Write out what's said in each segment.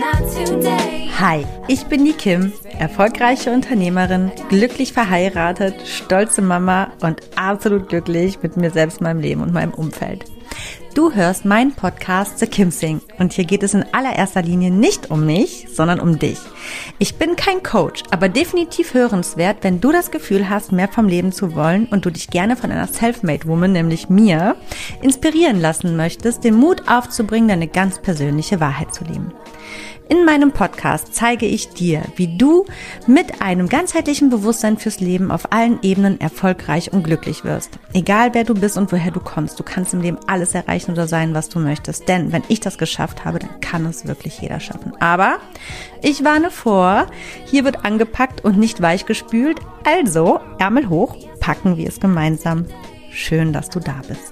Hi, ich bin die Kim, erfolgreiche Unternehmerin, glücklich verheiratet, stolze Mama und absolut glücklich mit mir selbst, meinem Leben und meinem Umfeld. Du hörst meinen Podcast The Kim Sing und hier geht es in allererster Linie nicht um mich, sondern um dich. Ich bin kein Coach, aber definitiv hörenswert, wenn du das Gefühl hast, mehr vom Leben zu wollen und du dich gerne von einer Selfmade-Woman, nämlich mir, inspirieren lassen möchtest, den Mut aufzubringen, deine ganz persönliche Wahrheit zu leben. In meinem Podcast zeige ich dir, wie du mit einem ganzheitlichen Bewusstsein fürs Leben auf allen Ebenen erfolgreich und glücklich wirst. Egal wer du bist und woher du kommst, du kannst im Leben alles erreichen oder sein, was du möchtest. Denn wenn ich das geschafft habe, dann kann es wirklich jeder schaffen. Aber ich warne vor, hier wird angepackt und nicht weichgespült. Also Ärmel hoch, packen wir es gemeinsam. Schön, dass du da bist.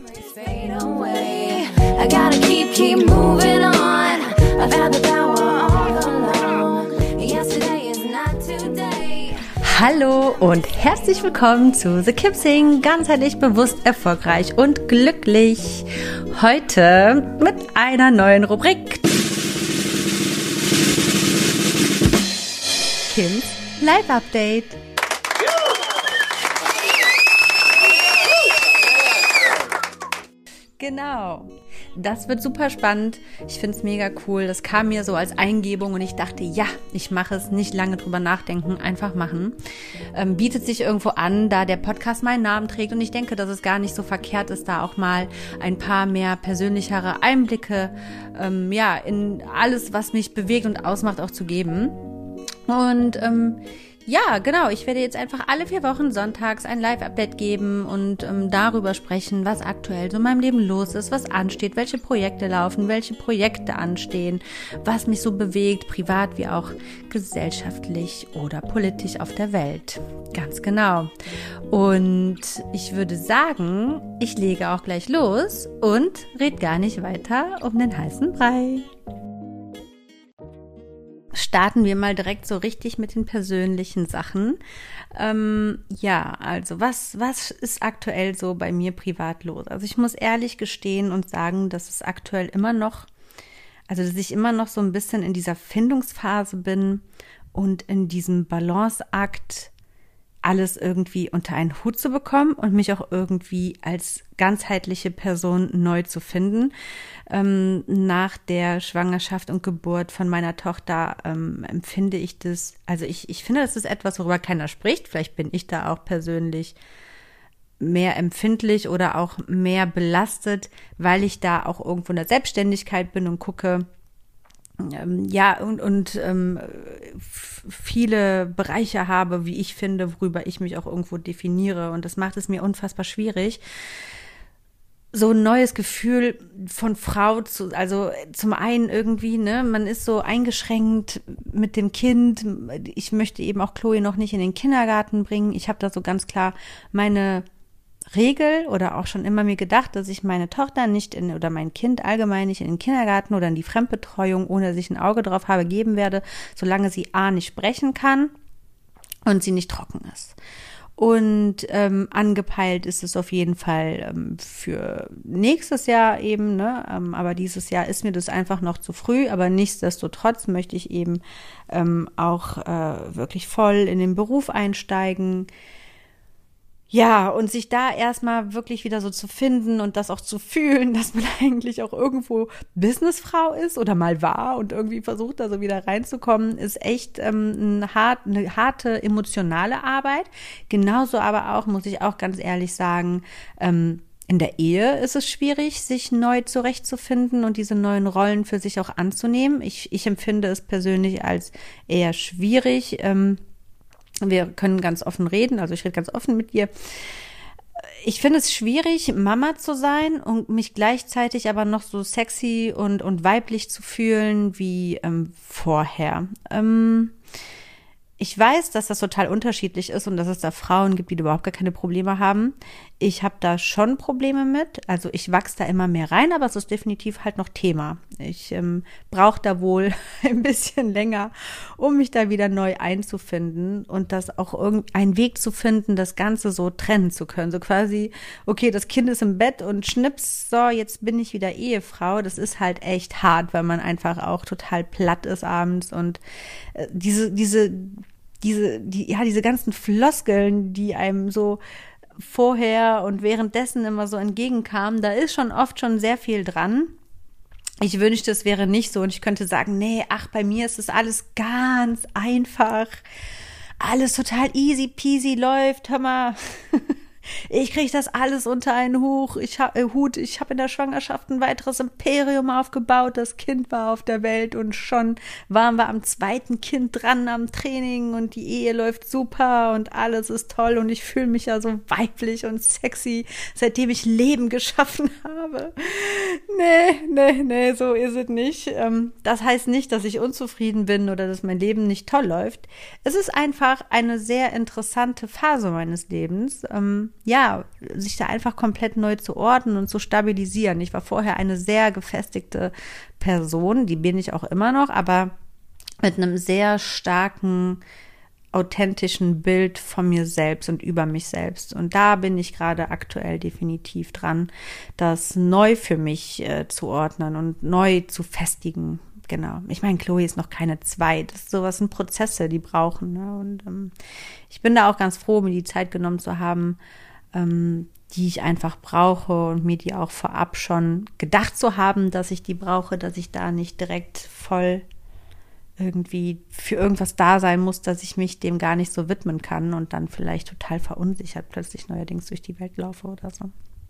Hallo und herzlich willkommen zu The Kim Sing, ganzheitlich bewusst, erfolgreich und glücklich. Heute mit einer neuen Rubrik. Kims Live Update. Genau. Das wird super spannend. Ich finde es mega cool. Das kam mir so als Eingebung und ich dachte, ja, ich mache es, nicht lange drüber nachdenken, einfach machen. Bietet sich irgendwo an, da der Podcast meinen Namen trägt und ich denke, dass es gar nicht so verkehrt ist, da auch mal ein paar mehr persönlichere Einblicke in alles, was mich bewegt und ausmacht, auch zu geben. Und ja, genau. Ich werde jetzt einfach alle 4 Wochen sonntags ein Live-Update geben und darüber sprechen, was aktuell so in meinem Leben los ist, was ansteht, welche Projekte laufen, welche Projekte anstehen, was mich so bewegt, privat wie auch gesellschaftlich oder politisch auf der Welt. Ganz genau. Und ich würde sagen, ich lege auch gleich los und red gar nicht weiter um den heißen Brei. Starten wir mal direkt so richtig mit den persönlichen Sachen. Also was ist aktuell so bei mir privat los? Also ich muss ehrlich gestehen und sagen, dass es aktuell dass ich immer noch so ein bisschen in dieser Findungsphase bin und in diesem Balanceakt, alles irgendwie unter einen Hut zu bekommen und mich auch irgendwie als ganzheitliche Person neu zu finden. Nach der Schwangerschaft und Geburt von meiner Tochter empfinde ich das, also ich finde, das ist etwas, worüber keiner spricht. Vielleicht bin ich da auch persönlich mehr empfindlich oder auch mehr belastet, weil ich da auch irgendwo in der Selbstständigkeit bin und gucke, viele Bereiche habe, wie ich finde, worüber ich mich auch irgendwo definiere. Und das macht es mir unfassbar schwierig, so ein neues Gefühl von Frau also zum einen irgendwie, man ist so eingeschränkt mit dem Kind. Ich möchte eben auch Chloe noch nicht in den Kindergarten bringen. Ich habe da so ganz klar meine Regel oder auch schon immer mir gedacht, dass ich meine Tochter oder mein Kind allgemein nicht in den Kindergarten oder in die Fremdbetreuung, ohne dass ich ein Auge drauf habe, geben werde, solange sie nicht sprechen kann und sie nicht trocken ist. Und angepeilt ist es auf jeden Fall für nächstes Jahr eben, aber dieses Jahr ist mir das einfach noch zu früh, aber nichtsdestotrotz möchte ich eben auch wirklich voll in den Beruf einsteigen. Ja, und sich da erstmal wirklich wieder so zu finden und das auch zu fühlen, dass man eigentlich auch irgendwo Businessfrau ist oder mal war und irgendwie versucht, da so wieder reinzukommen, ist echt eine harte emotionale Arbeit. Genauso aber auch, muss ich auch ganz ehrlich sagen, in der Ehe ist es schwierig, sich neu zurechtzufinden und diese neuen Rollen für sich auch anzunehmen. Ich empfinde es persönlich als eher schwierig. Wir können ganz offen reden, also ich rede ganz offen mit dir. Ich finde es schwierig, Mama zu sein und mich gleichzeitig aber noch so sexy und weiblich zu fühlen wie vorher. Ich weiß, dass das total unterschiedlich ist und dass es da Frauen gibt, die überhaupt gar keine Probleme haben. Ich habe da schon Probleme mit. Also ich wachse da immer mehr rein, aber es ist definitiv halt noch Thema. Ich brauche da wohl ein bisschen länger, um mich da wieder neu einzufinden und das auch einen Weg zu finden, das Ganze so trennen zu können. So quasi, okay, das Kind ist im Bett und schnips, so, jetzt bin ich wieder Ehefrau. Das ist halt echt hart, weil man einfach auch total platt ist abends und diese ganzen Floskeln, die einem so vorher und währenddessen immer so entgegenkamen, da ist schon oft schon sehr viel dran. Ich wünschte, es wäre nicht so und ich könnte sagen, nee, ach, bei mir ist es alles ganz einfach, alles total easy peasy läuft, hör mal, ich kriege das alles unter einen Hut. Ich habe in der Schwangerschaft ein weiteres Imperium aufgebaut. Das Kind war auf der Welt und schon waren wir am zweiten Kind dran am Training und die Ehe läuft super und alles ist toll und ich fühle mich ja so weiblich und sexy, seitdem ich Leben geschaffen habe. Nee, so ist es nicht. Das heißt nicht, dass ich unzufrieden bin oder dass mein Leben nicht toll läuft. Es ist einfach eine sehr interessante Phase meines Lebens. Sich da einfach komplett neu zu ordnen und zu stabilisieren. Ich war vorher eine sehr gefestigte Person, die bin ich auch immer noch, aber mit einem sehr starken, authentischen Bild von mir selbst und über mich selbst. Und da bin ich gerade aktuell definitiv dran, das neu für mich zu ordnen und neu zu festigen. Genau. Ich meine, Chloe ist noch keine 2. Das sind Prozesse, die brauchen. Ne? Und ich bin da auch ganz froh, mir die Zeit genommen zu haben, die ich einfach brauche und mir die auch vorab schon gedacht zu haben, dass ich die brauche, dass ich da nicht direkt voll irgendwie für irgendwas da sein muss, dass ich mich dem gar nicht so widmen kann und dann vielleicht total verunsichert plötzlich neuerdings durch die Welt laufe oder so.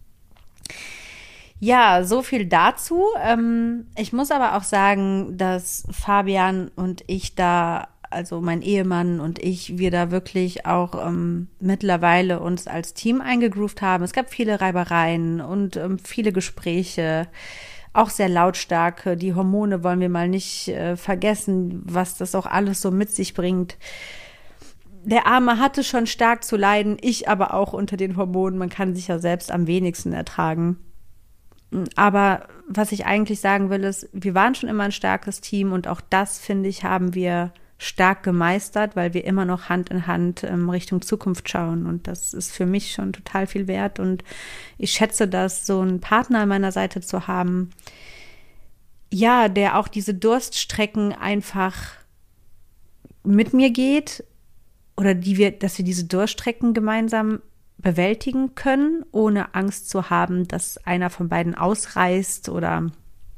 Ja, so viel dazu. Ich muss aber auch sagen, dass Fabian und ich da, also mein Ehemann und ich, wir da wirklich auch mittlerweile uns als Team eingegroovt haben. Es gab viele Reibereien und viele Gespräche, auch sehr lautstarke. Die Hormone wollen wir mal nicht vergessen, was das auch alles so mit sich bringt. Der Arme hatte schon stark zu leiden, ich aber auch unter den Hormonen. Man kann sich ja selbst am wenigsten ertragen. Aber was ich eigentlich sagen will, ist, wir waren schon immer ein starkes Team und auch das, finde ich, haben wir stark gemeistert, weil wir immer noch Hand in Hand Richtung Zukunft schauen und das ist für mich schon total viel wert und ich schätze das, so einen Partner an meiner Seite zu haben, ja, der auch diese Durststrecken einfach mit mir geht oder dass wir diese Durststrecken gemeinsam bewältigen können, ohne Angst zu haben, dass einer von beiden ausreißt oder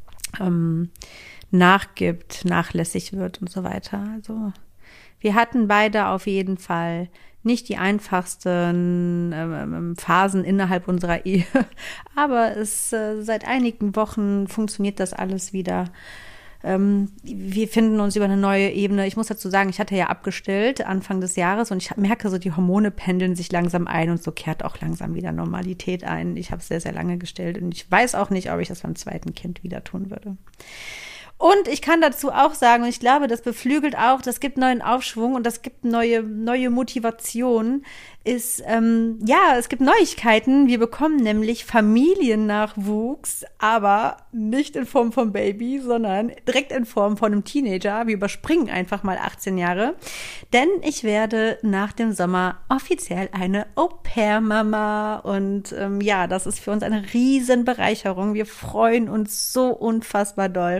nachgibt, nachlässig wird und so weiter. Also wir hatten beide auf jeden Fall nicht die einfachsten Phasen innerhalb unserer Ehe, aber seit einigen Wochen funktioniert das alles wieder. Wir finden uns über eine neue Ebene. Ich muss dazu sagen, ich hatte ja abgestillt Anfang des Jahres und ich merke so, die Hormone pendeln sich langsam ein und so kehrt auch langsam wieder Normalität ein. Ich habe sehr, sehr lange gestillt und ich weiß auch nicht, ob ich das beim zweiten Kind wieder tun würde. Und ich kann dazu auch sagen, und ich glaube, das beflügelt auch, das gibt neuen Aufschwung und das gibt neue Motivation, es gibt Neuigkeiten. Wir bekommen nämlich Familiennachwuchs, aber nicht in Form von Baby, sondern direkt in Form von einem Teenager. Wir überspringen einfach mal 18 Jahre, denn ich werde nach dem Sommer offiziell eine Au-pair-Mama und das ist für uns eine riesen Bereicherung. Wir freuen uns so unfassbar doll.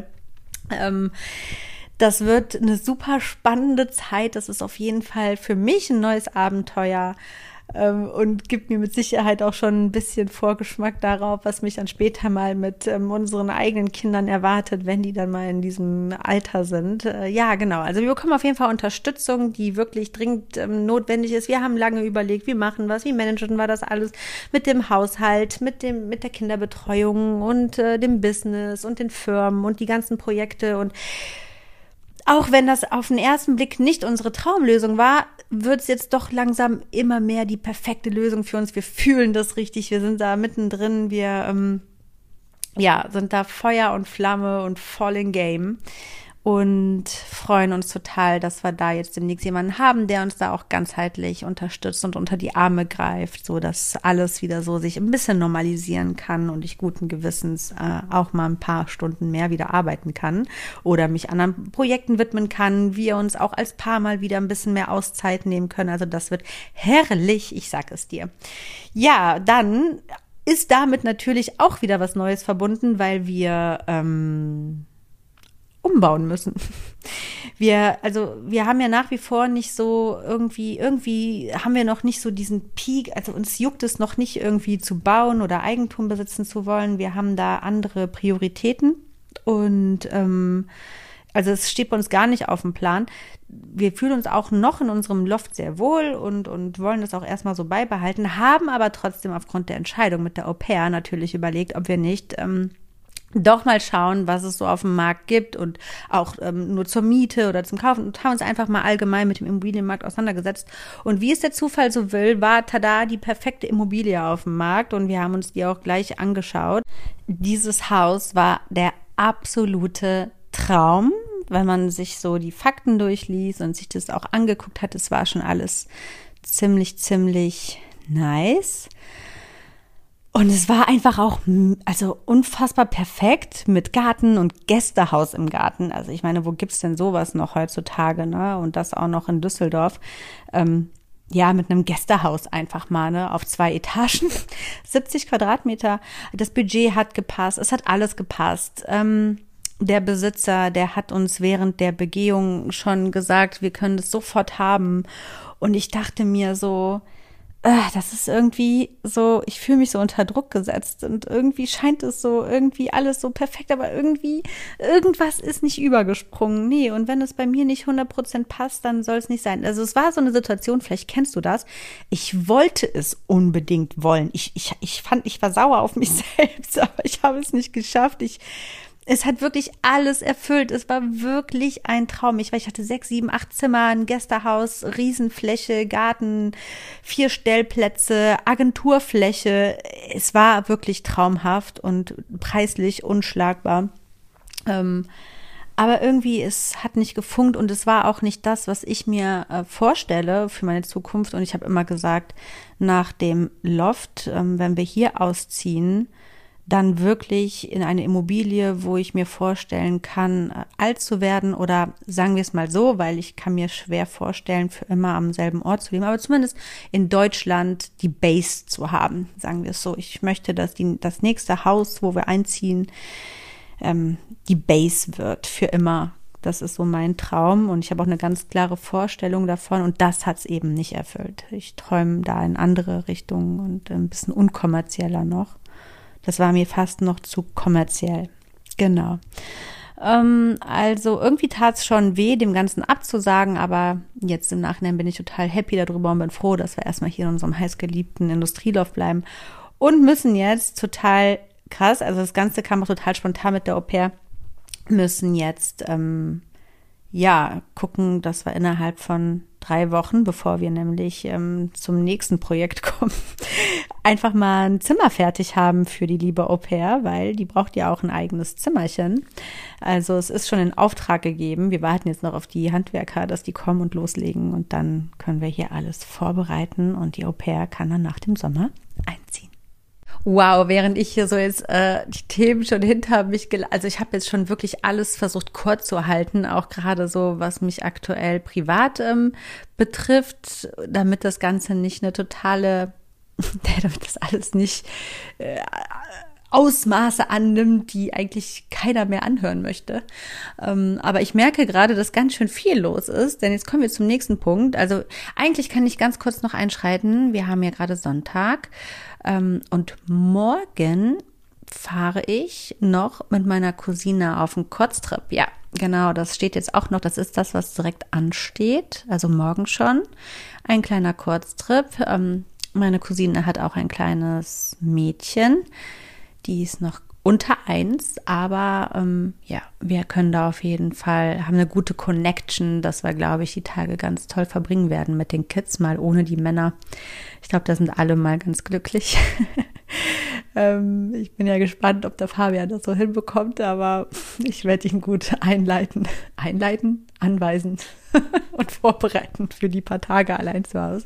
Das wird eine super spannende Zeit. Das ist auf jeden Fall für mich ein neues Abenteuer und gibt mir mit Sicherheit auch schon ein bisschen Vorgeschmack darauf, was mich dann später mal mit unseren eigenen Kindern erwartet, wenn die dann mal in diesem Alter sind. Genau. Also wir bekommen auf jeden Fall Unterstützung, die wirklich dringend notwendig ist. Wir haben lange überlegt, wie machen wir es, wie managen wir das alles mit dem Haushalt, mit der Kinderbetreuung und dem Business und den Firmen und die ganzen Projekte und auch wenn das auf den ersten Blick nicht unsere Traumlösung war, wird es jetzt doch langsam immer mehr die perfekte Lösung für uns. Wir fühlen das richtig, wir sind da mittendrin, wir sind da Feuer und Flamme und voll in Game. und freuen uns total, dass wir da jetzt demnächst jemanden haben, der uns da auch ganzheitlich unterstützt und unter die Arme greift, so dass alles wieder so sich ein bisschen normalisieren kann und ich guten Gewissens auch mal ein paar Stunden mehr wieder arbeiten kann oder mich anderen Projekten widmen kann, wir uns auch als Paar mal wieder ein bisschen mehr Auszeit nehmen können. Also das wird herrlich, ich sag es dir. Ja, dann ist damit natürlich auch wieder was Neues verbunden, weil wir umbauen müssen. Wir haben ja nach wie vor nicht so irgendwie haben wir noch nicht so diesen Peak, also uns juckt es noch nicht irgendwie zu bauen oder Eigentum besitzen zu wollen. Wir haben da andere Prioritäten und also es steht bei uns gar nicht auf dem Plan. Wir fühlen uns auch noch in unserem Loft sehr wohl und wollen das auch erstmal so beibehalten, haben aber trotzdem aufgrund der Entscheidung mit der Au-pair natürlich überlegt, ob wir nicht doch mal schauen, was es so auf dem Markt gibt und auch nur zur Miete oder zum Kaufen und haben uns einfach mal allgemein mit dem Immobilienmarkt auseinandergesetzt. Und wie es der Zufall so will, war tada die perfekte Immobilie auf dem Markt und wir haben uns die auch gleich angeschaut. Dieses Haus war der absolute Traum, wenn man sich so die Fakten durchliest und sich das auch angeguckt hat. Es war schon alles ziemlich nice. Und es war einfach auch, also unfassbar perfekt mit Garten und Gästehaus im Garten. Also ich meine, wo gibt's denn sowas noch heutzutage, ne? Und das auch noch in Düsseldorf. Ja, mit einem Gästehaus einfach mal, ne? Auf 2 Etagen, 70 Quadratmeter. Das Budget hat gepasst, es hat alles gepasst. Der Besitzer, der hat uns während der Begehung schon gesagt, wir können das sofort haben. Und ich dachte mir so, das ist irgendwie so, ich fühle mich so unter Druck gesetzt und irgendwie scheint es so irgendwie alles so perfekt, aber irgendwas ist nicht übergesprungen. Nee, und wenn es bei mir nicht 100% passt, dann soll es nicht sein. Also es war so eine Situation, vielleicht kennst du das, ich wollte es unbedingt wollen. Ich fand, ich war sauer auf mich selbst, aber ich habe es nicht geschafft. Es hat wirklich alles erfüllt. Es war wirklich ein Traum. Ich hatte 6, 7, 8 Zimmer, ein Gästehaus, Riesenfläche, Garten, 4 Stellplätze, Agenturfläche. Es war wirklich traumhaft und preislich unschlagbar. Aber irgendwie, es hat nicht gefunkt und es war auch nicht das, was ich mir vorstelle für meine Zukunft. Und ich habe immer gesagt, nach dem Loft, wenn wir hier ausziehen, dann wirklich in eine Immobilie, wo ich mir vorstellen kann, alt zu werden oder sagen wir es mal so, weil ich kann mir schwer vorstellen, für immer am selben Ort zu leben, aber zumindest in Deutschland die Base zu haben, sagen wir es so. Ich möchte, dass das nächste Haus, wo wir einziehen, die Base wird für immer. Das ist so mein Traum und ich habe auch eine ganz klare Vorstellung davon und das hat es eben nicht erfüllt. Ich träume da in andere Richtungen und ein bisschen unkommerzieller noch. Das war mir fast noch zu kommerziell. Genau. Also irgendwie tat es schon weh, dem Ganzen abzusagen, aber jetzt im Nachhinein bin ich total happy darüber und bin froh, dass wir erstmal hier in unserem heißgeliebten Industrieloft bleiben und müssen jetzt total krass, also das Ganze kam auch total spontan mit der Au-pair, müssen jetzt gucken, dass wir innerhalb von 3 Wochen, bevor wir nämlich zum nächsten Projekt kommen, einfach mal ein Zimmer fertig haben für die liebe Au-pair, weil die braucht ja auch ein eigenes Zimmerchen. Also es ist schon in Auftrag gegeben. Wir warten jetzt noch auf die Handwerker, dass die kommen und loslegen und dann können wir hier alles vorbereiten und die Au-pair kann dann nach dem Sommer einziehen. Wow, während ich hier so jetzt die Themen schon hinter mich, also ich habe jetzt schon wirklich alles versucht kurz zu halten, auch gerade so, was mich aktuell privat betrifft, damit das Ganze nicht eine totale, damit das alles nicht Ausmaße annimmt, die eigentlich keiner mehr anhören möchte. Aber ich merke gerade, dass ganz schön viel los ist, denn jetzt kommen wir zum nächsten Punkt. Also eigentlich kann ich ganz kurz noch einschreiten. Wir haben ja gerade Sonntag und morgen fahre ich noch mit meiner Cousine auf einen Kurztrip. Ja, genau, das steht jetzt auch noch. Das ist das, was direkt ansteht. Also morgen schon ein kleiner Kurztrip. Meine Cousine hat auch ein kleines Mädchen. Die ist noch unter 1, aber wir können da auf jeden Fall, haben eine gute Connection, dass wir, glaube ich, die Tage ganz toll verbringen werden mit den Kids, mal ohne die Männer. Ich glaube, da sind alle mal ganz glücklich. Ich bin ja gespannt, ob der Fabian das so hinbekommt, aber ich werde ihn gut anweisen und vorbereiten für die paar Tage allein zu Hause.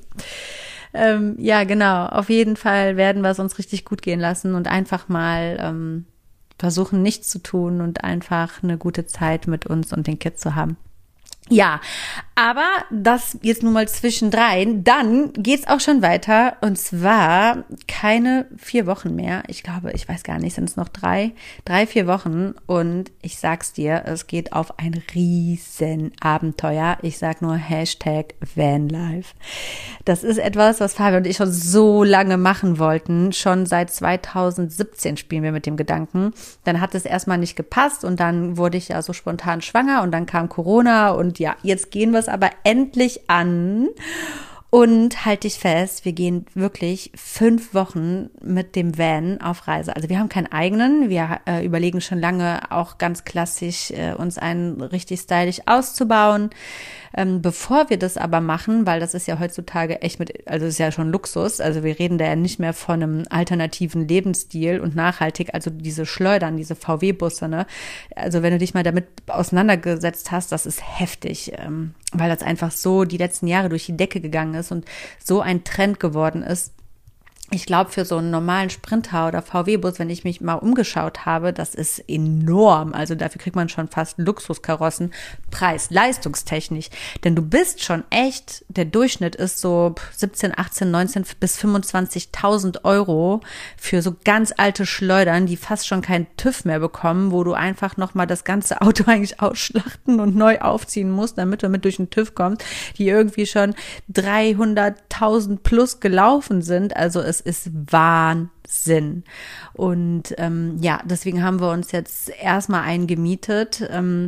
Ja, genau. Auf jeden Fall werden wir es uns richtig gut gehen lassen und einfach mal versuchen, nichts zu tun und einfach eine gute Zeit mit uns und den Kids zu haben. Ja, aber das jetzt nur mal zwischendrein. Dann geht's auch schon weiter und zwar keine 4 Wochen mehr. Ich glaube, ich weiß gar nicht, sind es noch 4 Wochen und ich sag's dir, es geht auf ein riesen Abenteuer. Ich sag nur #Vanlife. Das ist etwas, was Fabian und ich schon so lange machen wollten. Schon seit 2017 spielen wir mit dem Gedanken. Dann hat es erstmal nicht gepasst und dann wurde ich ja so spontan schwanger und dann kam Corona und ja, jetzt gehen wir es aber endlich an und halt dich fest, wir gehen wirklich 5 Wochen mit dem Van auf Reise. Also wir haben keinen eigenen, wir überlegen schon lange auch ganz klassisch uns einen richtig stylisch auszubauen. Bevor wir das aber machen, weil das ist ja heutzutage echt also ist ja schon Luxus, also wir reden da ja nicht mehr von einem alternativen Lebensstil und nachhaltig, also diese Schleudern, diese VW-Busse, ne? Also wenn du dich mal damit auseinandergesetzt hast, das ist heftig, weil das einfach so die letzten Jahre durch die Decke gegangen ist und so ein Trend geworden ist. Ich glaube, für so einen normalen Sprinter oder VW-Bus, wenn ich mich mal umgeschaut habe, das ist enorm. Also dafür kriegt man schon fast Luxuskarossen, preis-leistungstechnisch. Denn du bist schon echt, der Durchschnitt ist so 17, 18, 19 bis 25.000 Euro für so ganz alte Schleudern, die fast schon keinen TÜV mehr bekommen, wo du einfach nochmal das ganze Auto eigentlich ausschlachten und neu aufziehen musst, damit du mit durch den TÜV kommst, die irgendwie schon 300.000 plus gelaufen sind. Also es ist Wahnsinn. Und ja, deswegen haben wir uns jetzt erstmal eingemietet,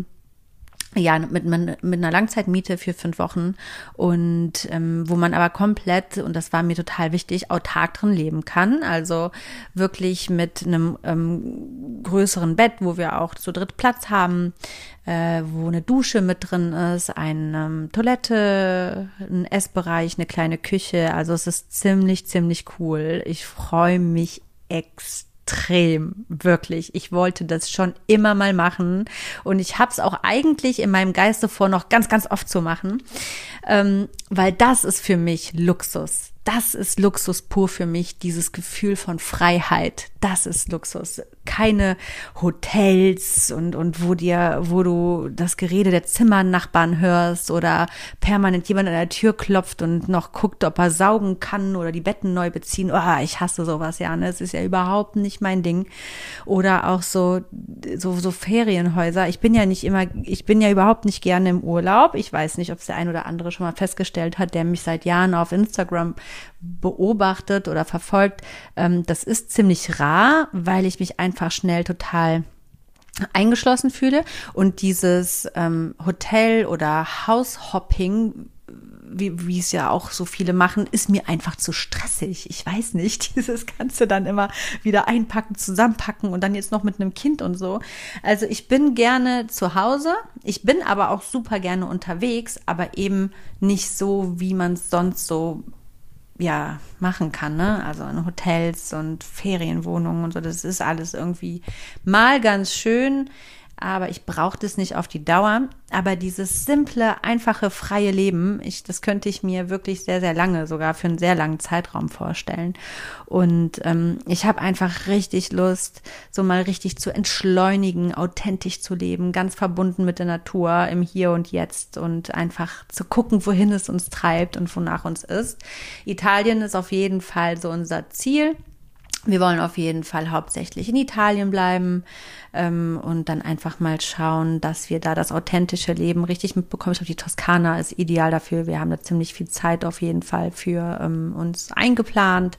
ja, mit einer Langzeitmiete für 5 Wochen und wo man aber komplett, und das war mir total wichtig, autark drin leben kann. Also wirklich mit einem größeren Bett, wo wir auch zu dritt Platz haben, wo eine Dusche mit drin ist, eine Toilette, ein Essbereich, eine kleine Küche. Also es ist ziemlich, ziemlich cool. Ich freue mich extrem, wirklich. Ich wollte das schon immer mal machen und ich habe es auch eigentlich in meinem Geiste vor, noch ganz, ganz oft zu machen, weil das ist für mich Luxus. Das ist Luxus pur für mich, dieses Gefühl von Freiheit. Das ist Luxus. Keine Hotels und wo du das Gerede der Zimmernachbarn hörst oder permanent jemand an der Tür klopft und noch guckt, ob er saugen kann oder die Betten neu beziehen. Oh, ich hasse sowas, ja, ne? Es ist ja überhaupt nicht mein Ding. Oder auch so Ferienhäuser. Ich bin ja überhaupt nicht gerne im Urlaub. Ich weiß nicht, ob es der ein oder andere schon mal festgestellt hat, der mich seit Jahren auf Instagram beobachtet oder verfolgt. Das ist ziemlich rar, weil ich mich einfach schnell total eingeschlossen fühle und dieses Hotel- oder House-Hopping, wie es ja auch so viele machen, ist mir einfach zu stressig. Ich weiß nicht, dieses Ganze dann immer wieder einpacken, zusammenpacken und dann jetzt noch mit einem Kind und so. Also ich bin gerne zu Hause, ich bin aber auch super gerne unterwegs, aber eben nicht so, wie man es sonst so ja machen kann, ne? Also in Hotels und Ferienwohnungen und so, das ist alles irgendwie mal ganz schön, aber ich brauche das nicht auf die Dauer. Aber dieses simple, einfache, freie Leben, das könnte ich mir wirklich sehr, sehr lange, sogar für einen sehr langen Zeitraum vorstellen. Und ich habe einfach richtig Lust, so mal richtig zu entschleunigen, authentisch zu leben, ganz verbunden mit der Natur im Hier und Jetzt und einfach zu gucken, wohin es uns treibt und wonach uns ist. Italien ist auf jeden Fall so unser Ziel. Wir wollen auf jeden Fall hauptsächlich in Italien bleiben und dann einfach mal schauen, dass wir da das authentische Leben richtig mitbekommen. Ich glaube, die Toskana ist ideal dafür. Wir haben da ziemlich viel Zeit auf jeden Fall für uns eingeplant.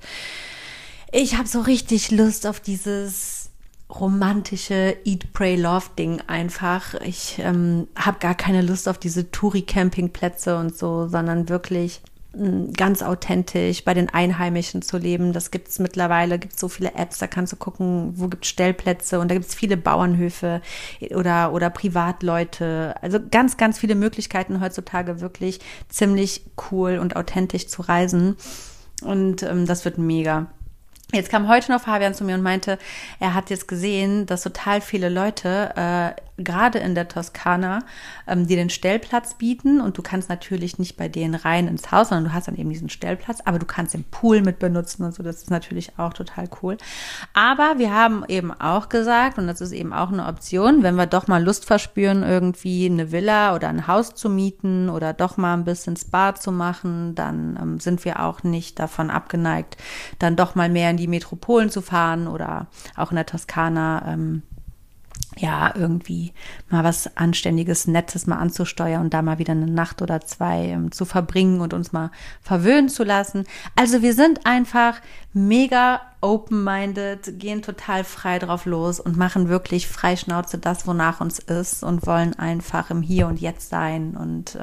Ich habe so richtig Lust auf dieses romantische Eat, Pray, Love Ding einfach. Ich habe gar keine Lust auf diese Touri-Campingplätze und so, sondern wirklich ganz authentisch bei den Einheimischen zu leben. Das gibt's mittlerweile, gibt so viele Apps, da kannst du gucken, wo gibt's Stellplätze und da gibt's viele Bauernhöfe oder Privatleute. Also ganz, ganz viele Möglichkeiten heutzutage wirklich ziemlich cool und authentisch zu reisen und das wird mega. Jetzt kam heute noch Fabian zu mir und meinte, er hat jetzt gesehen, dass total viele Leute, gerade in der Toskana, dir den Stellplatz bieten und du kannst natürlich nicht bei denen rein ins Haus, sondern du hast dann eben diesen Stellplatz, aber du kannst den Pool mit benutzen und so, das ist natürlich auch total cool. Aber wir haben eben auch gesagt, und das ist eben auch eine Option, wenn wir doch mal Lust verspüren, irgendwie eine Villa oder ein Haus zu mieten oder doch mal ein bisschen Spa zu machen, dann sind wir auch nicht davon abgeneigt, dann doch mal mehr in die Metropolen zu fahren oder auch in der Toskana irgendwie mal was Anständiges, Nettes mal anzusteuern und da mal wieder eine Nacht oder zwei zu verbringen und uns mal verwöhnen zu lassen. Also wir sind einfach mega open-minded, gehen total frei drauf los und machen wirklich frei Schnauze das, wonach uns ist und wollen einfach im Hier und Jetzt sein und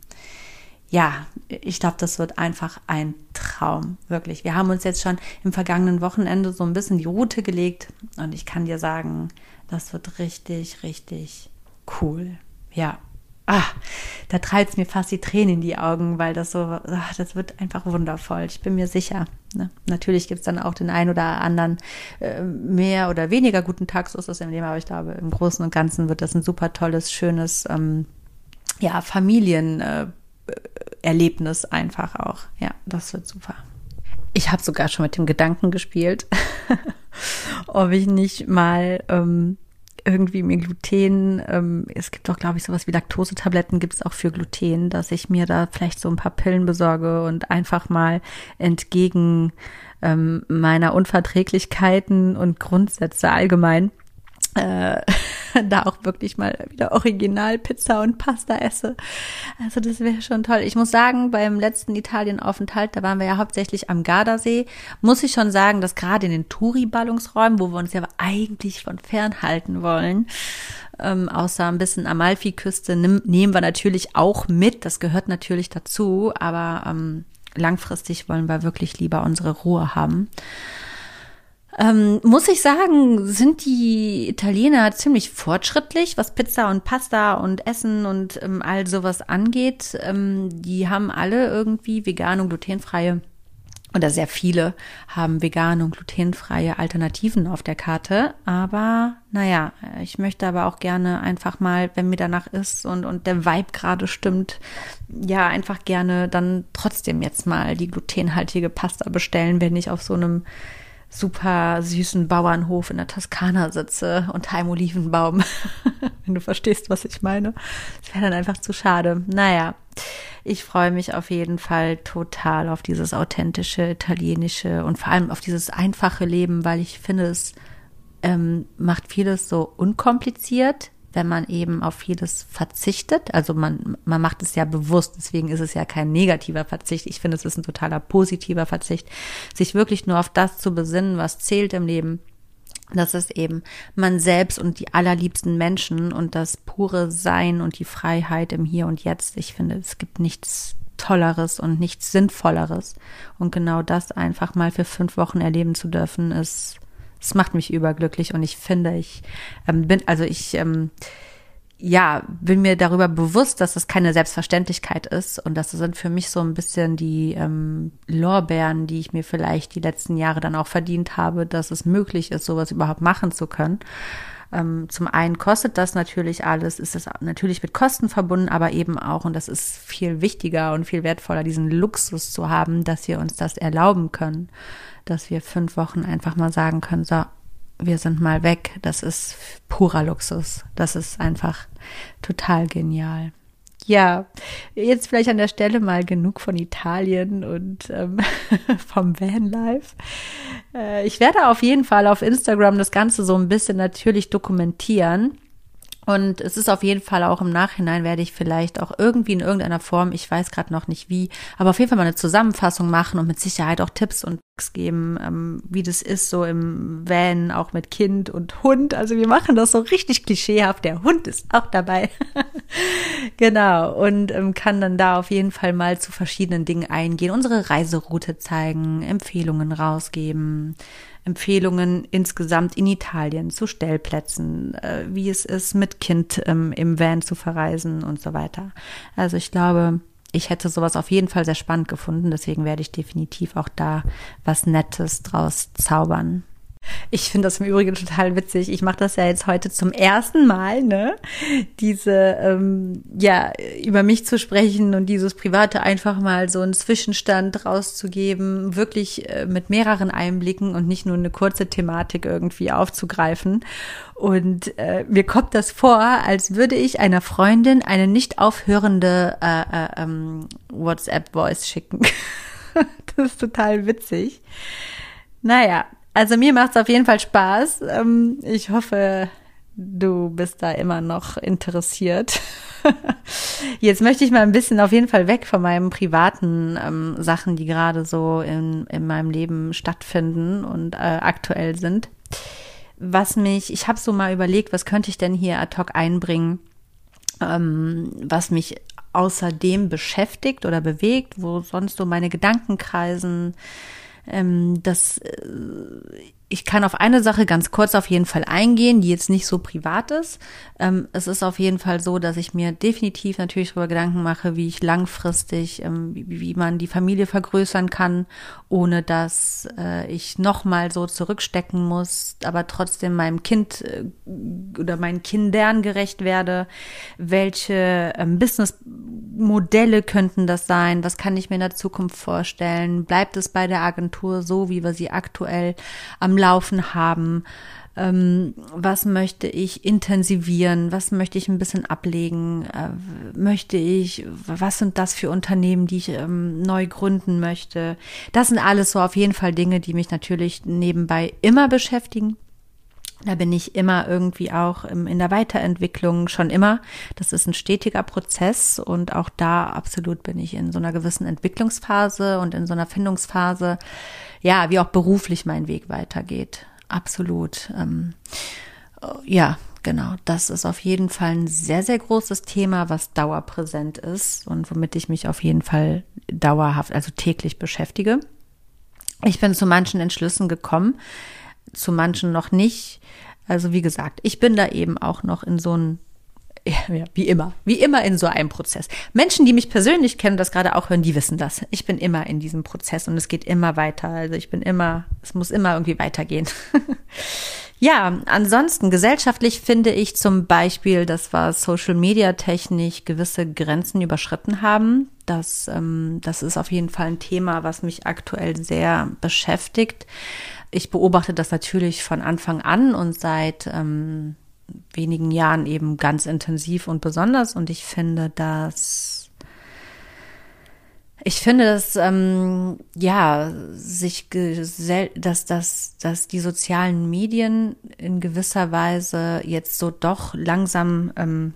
ich glaube, das wird einfach ein Traum, wirklich. Wir haben uns jetzt schon im vergangenen Wochenende so ein bisschen die Route gelegt und ich kann dir sagen, das wird richtig, richtig cool. Ja, da treibt es mir fast die Tränen in die Augen, weil das das wird einfach wundervoll. Ich bin mir sicher. Ne? Natürlich gibt es dann auch den einen oder anderen mehr oder weniger guten Tag, so ist das im Leben, aber ich glaube, im Großen und Ganzen wird das ein super tolles, schönes Familien Erlebnis einfach auch. Ja, das wird super. Ich habe sogar schon mit dem Gedanken gespielt, ob ich nicht mal irgendwie mir Gluten, es gibt doch, glaube ich, sowas wie Laktosetabletten gibt es auch für Gluten, dass ich mir da vielleicht so ein paar Pillen besorge und einfach mal entgegen meiner Unverträglichkeiten und Grundsätze allgemein da auch wirklich mal wieder original Pizza und Pasta esse. Also das wäre schon toll. Ich muss sagen, beim letzten Italienaufenthalt, da waren wir ja hauptsächlich am Gardasee, muss ich schon sagen, dass gerade in den Touri-Ballungsräumen, wo wir uns ja eigentlich von fernhalten wollen, außer ein bisschen Amalfiküste, nehmen wir natürlich auch mit. Das gehört natürlich dazu, aber langfristig wollen wir wirklich lieber unsere Ruhe haben. Muss ich sagen, sind die Italiener ziemlich fortschrittlich, was Pizza und Pasta und Essen und all sowas angeht. Die haben alle irgendwie vegane und glutenfreie, oder sehr viele haben vegane und glutenfreie Alternativen auf der Karte. Aber naja, ich möchte aber auch gerne einfach mal, wenn mir danach ist und der Vibe gerade stimmt, ja, einfach gerne dann trotzdem jetzt mal die glutenhaltige Pasta bestellen, wenn ich auf so einem super süßen Bauernhof in der Toskana sitze unter einem Olivenbaum. Wenn du verstehst, was ich meine. Das wäre dann einfach zu schade. Naja, ich freue mich auf jeden Fall total auf dieses authentische, italienische und vor allem auf dieses einfache Leben, weil ich finde, es macht vieles so unkompliziert, wenn man eben auf vieles verzichtet. Also man macht es ja bewusst, deswegen ist es ja kein negativer Verzicht. Ich finde, es ist ein totaler positiver Verzicht, sich wirklich nur auf das zu besinnen, was zählt im Leben. Das ist eben man selbst und die allerliebsten Menschen und das pure Sein und die Freiheit im Hier und Jetzt. Ich finde, es gibt nichts Tolleres und nichts Sinnvolleres. Und genau das einfach mal für 5 Wochen erleben zu dürfen, es macht mich überglücklich und ich finde, ich bin mir darüber bewusst, dass das keine Selbstverständlichkeit ist und das sind für mich so ein bisschen die Lorbeeren, die ich mir vielleicht die letzten Jahre dann auch verdient habe, dass es möglich ist, sowas überhaupt machen zu können. Zum einen kostet das natürlich alles, ist es natürlich mit Kosten verbunden, aber eben auch, und das ist viel wichtiger und viel wertvoller, diesen Luxus zu haben, dass wir uns das erlauben können, dass wir 5 Wochen einfach mal sagen können, so, wir sind mal weg. Das ist purer Luxus. Das ist einfach total genial. Ja, jetzt vielleicht an der Stelle mal genug von Italien und vom Vanlife. Ich werde auf jeden Fall auf Instagram das Ganze so ein bisschen natürlich dokumentieren. Und es ist auf jeden Fall auch im Nachhinein, werde ich vielleicht auch irgendwie in irgendeiner Form, ich weiß gerade noch nicht wie, aber auf jeden Fall mal eine Zusammenfassung machen und mit Sicherheit auch Tipps und Tricks geben, wie das ist so im Van, auch mit Kind und Hund. Also wir machen das so richtig klischeehaft, der Hund ist auch dabei. Genau, und kann dann da auf jeden Fall mal zu verschiedenen Dingen eingehen, unsere Reiseroute zeigen, Empfehlungen rausgeben, Empfehlungen insgesamt in Italien zu Stellplätzen, wie es ist, mit Kind im Van zu verreisen und so weiter. Also ich glaube, ich hätte sowas auf jeden Fall sehr spannend gefunden. Deswegen werde ich definitiv auch da was Nettes draus zaubern. Ich finde das im Übrigen total witzig. Ich mache das ja jetzt heute zum ersten Mal, ne? Über mich zu sprechen und dieses Private einfach mal so einen Zwischenstand rauszugeben, wirklich mit mehreren Einblicken und nicht nur eine kurze Thematik irgendwie aufzugreifen. Und mir kommt das vor, als würde ich einer Freundin eine nicht aufhörende WhatsApp-Voice schicken. Das ist total witzig. Naja. Also mir macht es auf jeden Fall Spaß. Ich hoffe, du bist da immer noch interessiert. Jetzt möchte ich mal ein bisschen auf jeden Fall weg von meinen privaten Sachen, die gerade so in meinem Leben stattfinden und aktuell sind. Ich habe so mal überlegt, was könnte ich denn hier ad hoc einbringen, was mich außerdem beschäftigt oder bewegt, wo sonst so meine Gedanken kreisen. Ich kann auf eine Sache ganz kurz auf jeden Fall eingehen, die jetzt nicht so privat ist. Es ist auf jeden Fall so, dass ich mir definitiv natürlich darüber Gedanken mache, wie ich langfristig, wie man die Familie vergrößern kann, ohne dass ich nochmal so zurückstecken muss, aber trotzdem meinem Kind oder meinen Kindern gerecht werde. Welche Businessmodelle könnten das sein? Was kann ich mir in der Zukunft vorstellen? Bleibt es bei der Agentur so, wie wir sie aktuell am Laufen haben? Was möchte ich intensivieren? Was möchte ich ein bisschen ablegen? Was sind das für Unternehmen, die ich neu gründen möchte? Das sind alles so auf jeden Fall Dinge, die mich natürlich nebenbei immer beschäftigen. Da bin ich immer irgendwie auch in der Weiterentwicklung, schon immer. Das ist ein stetiger Prozess und auch da absolut bin ich in so einer gewissen Entwicklungsphase und in so einer Findungsphase, ja, wie auch beruflich mein Weg weitergeht. Absolut. Ja, genau. Das ist auf jeden Fall ein sehr, sehr großes Thema, was dauerpräsent ist und womit ich mich auf jeden Fall dauerhaft, also täglich beschäftige. Ich bin zu manchen Entschlüssen gekommen, zu manchen noch nicht. Also wie gesagt, ich bin da eben auch noch in so einem, ja, wie immer in so einem Prozess. Menschen, die mich persönlich kennen, das gerade auch hören, die wissen das. Ich bin immer in diesem Prozess und es geht immer weiter. Also es muss immer irgendwie weitergehen. Ja, ansonsten gesellschaftlich finde ich zum Beispiel, dass wir Social Media technisch gewisse Grenzen überschritten haben. Das ist auf jeden Fall ein Thema, was mich aktuell sehr beschäftigt. Ich beobachte das natürlich von Anfang an und seit wenigen Jahren eben ganz intensiv und besonders. Und ich finde, dass die sozialen Medien in gewisser Weise jetzt so doch langsam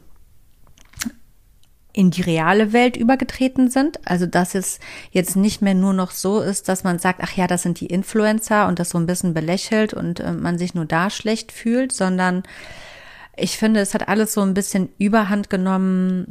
in die reale Welt übergetreten sind. Also dass es jetzt nicht mehr nur noch so ist, dass man sagt, ach ja, das sind die Influencer und das so ein bisschen belächelt und man sich nur da schlecht fühlt, sondern ich finde, es hat alles so ein bisschen Überhand genommen,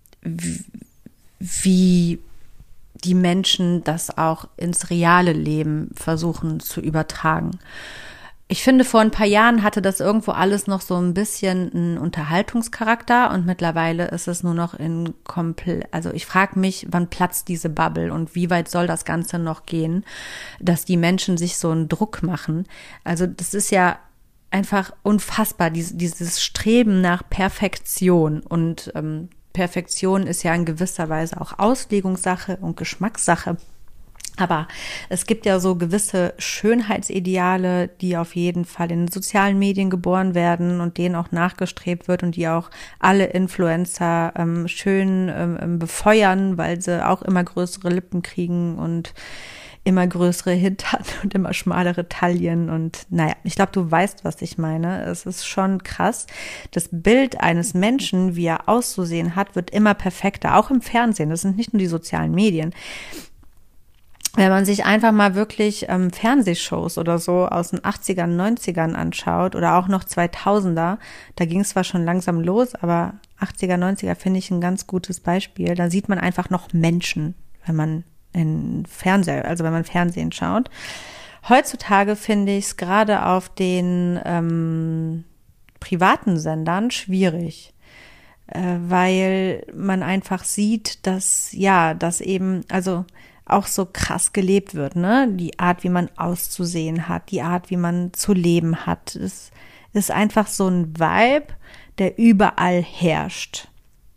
wie die Menschen das auch ins reale Leben versuchen zu übertragen. Ich finde, vor ein paar Jahren hatte das irgendwo alles noch so ein bisschen einen Unterhaltungscharakter und mittlerweile ist es nur noch also ich frage mich, wann platzt diese Bubble und wie weit soll das Ganze noch gehen, dass die Menschen sich so einen Druck machen. Also das ist ja einfach unfassbar, dieses Streben nach Perfektion und Perfektion ist ja in gewisser Weise auch Auslegungssache und Geschmackssache. Aber es gibt ja so gewisse Schönheitsideale, die auf jeden Fall in den sozialen Medien geboren werden und denen auch nachgestrebt wird und die auch alle Influencer schön befeuern, weil sie auch immer größere Lippen kriegen und immer größere Hintern und immer schmalere Taillen und naja, ich glaube, du weißt, was ich meine. Es ist schon krass. Das Bild eines Menschen, wie er auszusehen hat, wird immer perfekter, auch im Fernsehen. Das sind nicht nur die sozialen Medien. Wenn man sich einfach mal wirklich Fernsehshows oder so aus den 80ern, 90ern anschaut oder auch noch 2000er, da ging es zwar schon langsam los, aber 80er, 90er finde ich ein ganz gutes Beispiel. Da sieht man einfach noch Menschen, wenn man wenn man Fernsehen schaut. Heutzutage finde ich es gerade auf den privaten Sendern schwierig. weil man einfach sieht, dass eben, also auch so krass gelebt wird, ne? Die Art, wie man auszusehen hat, die Art, wie man zu leben hat. Es ist einfach so ein Vibe, der überall herrscht.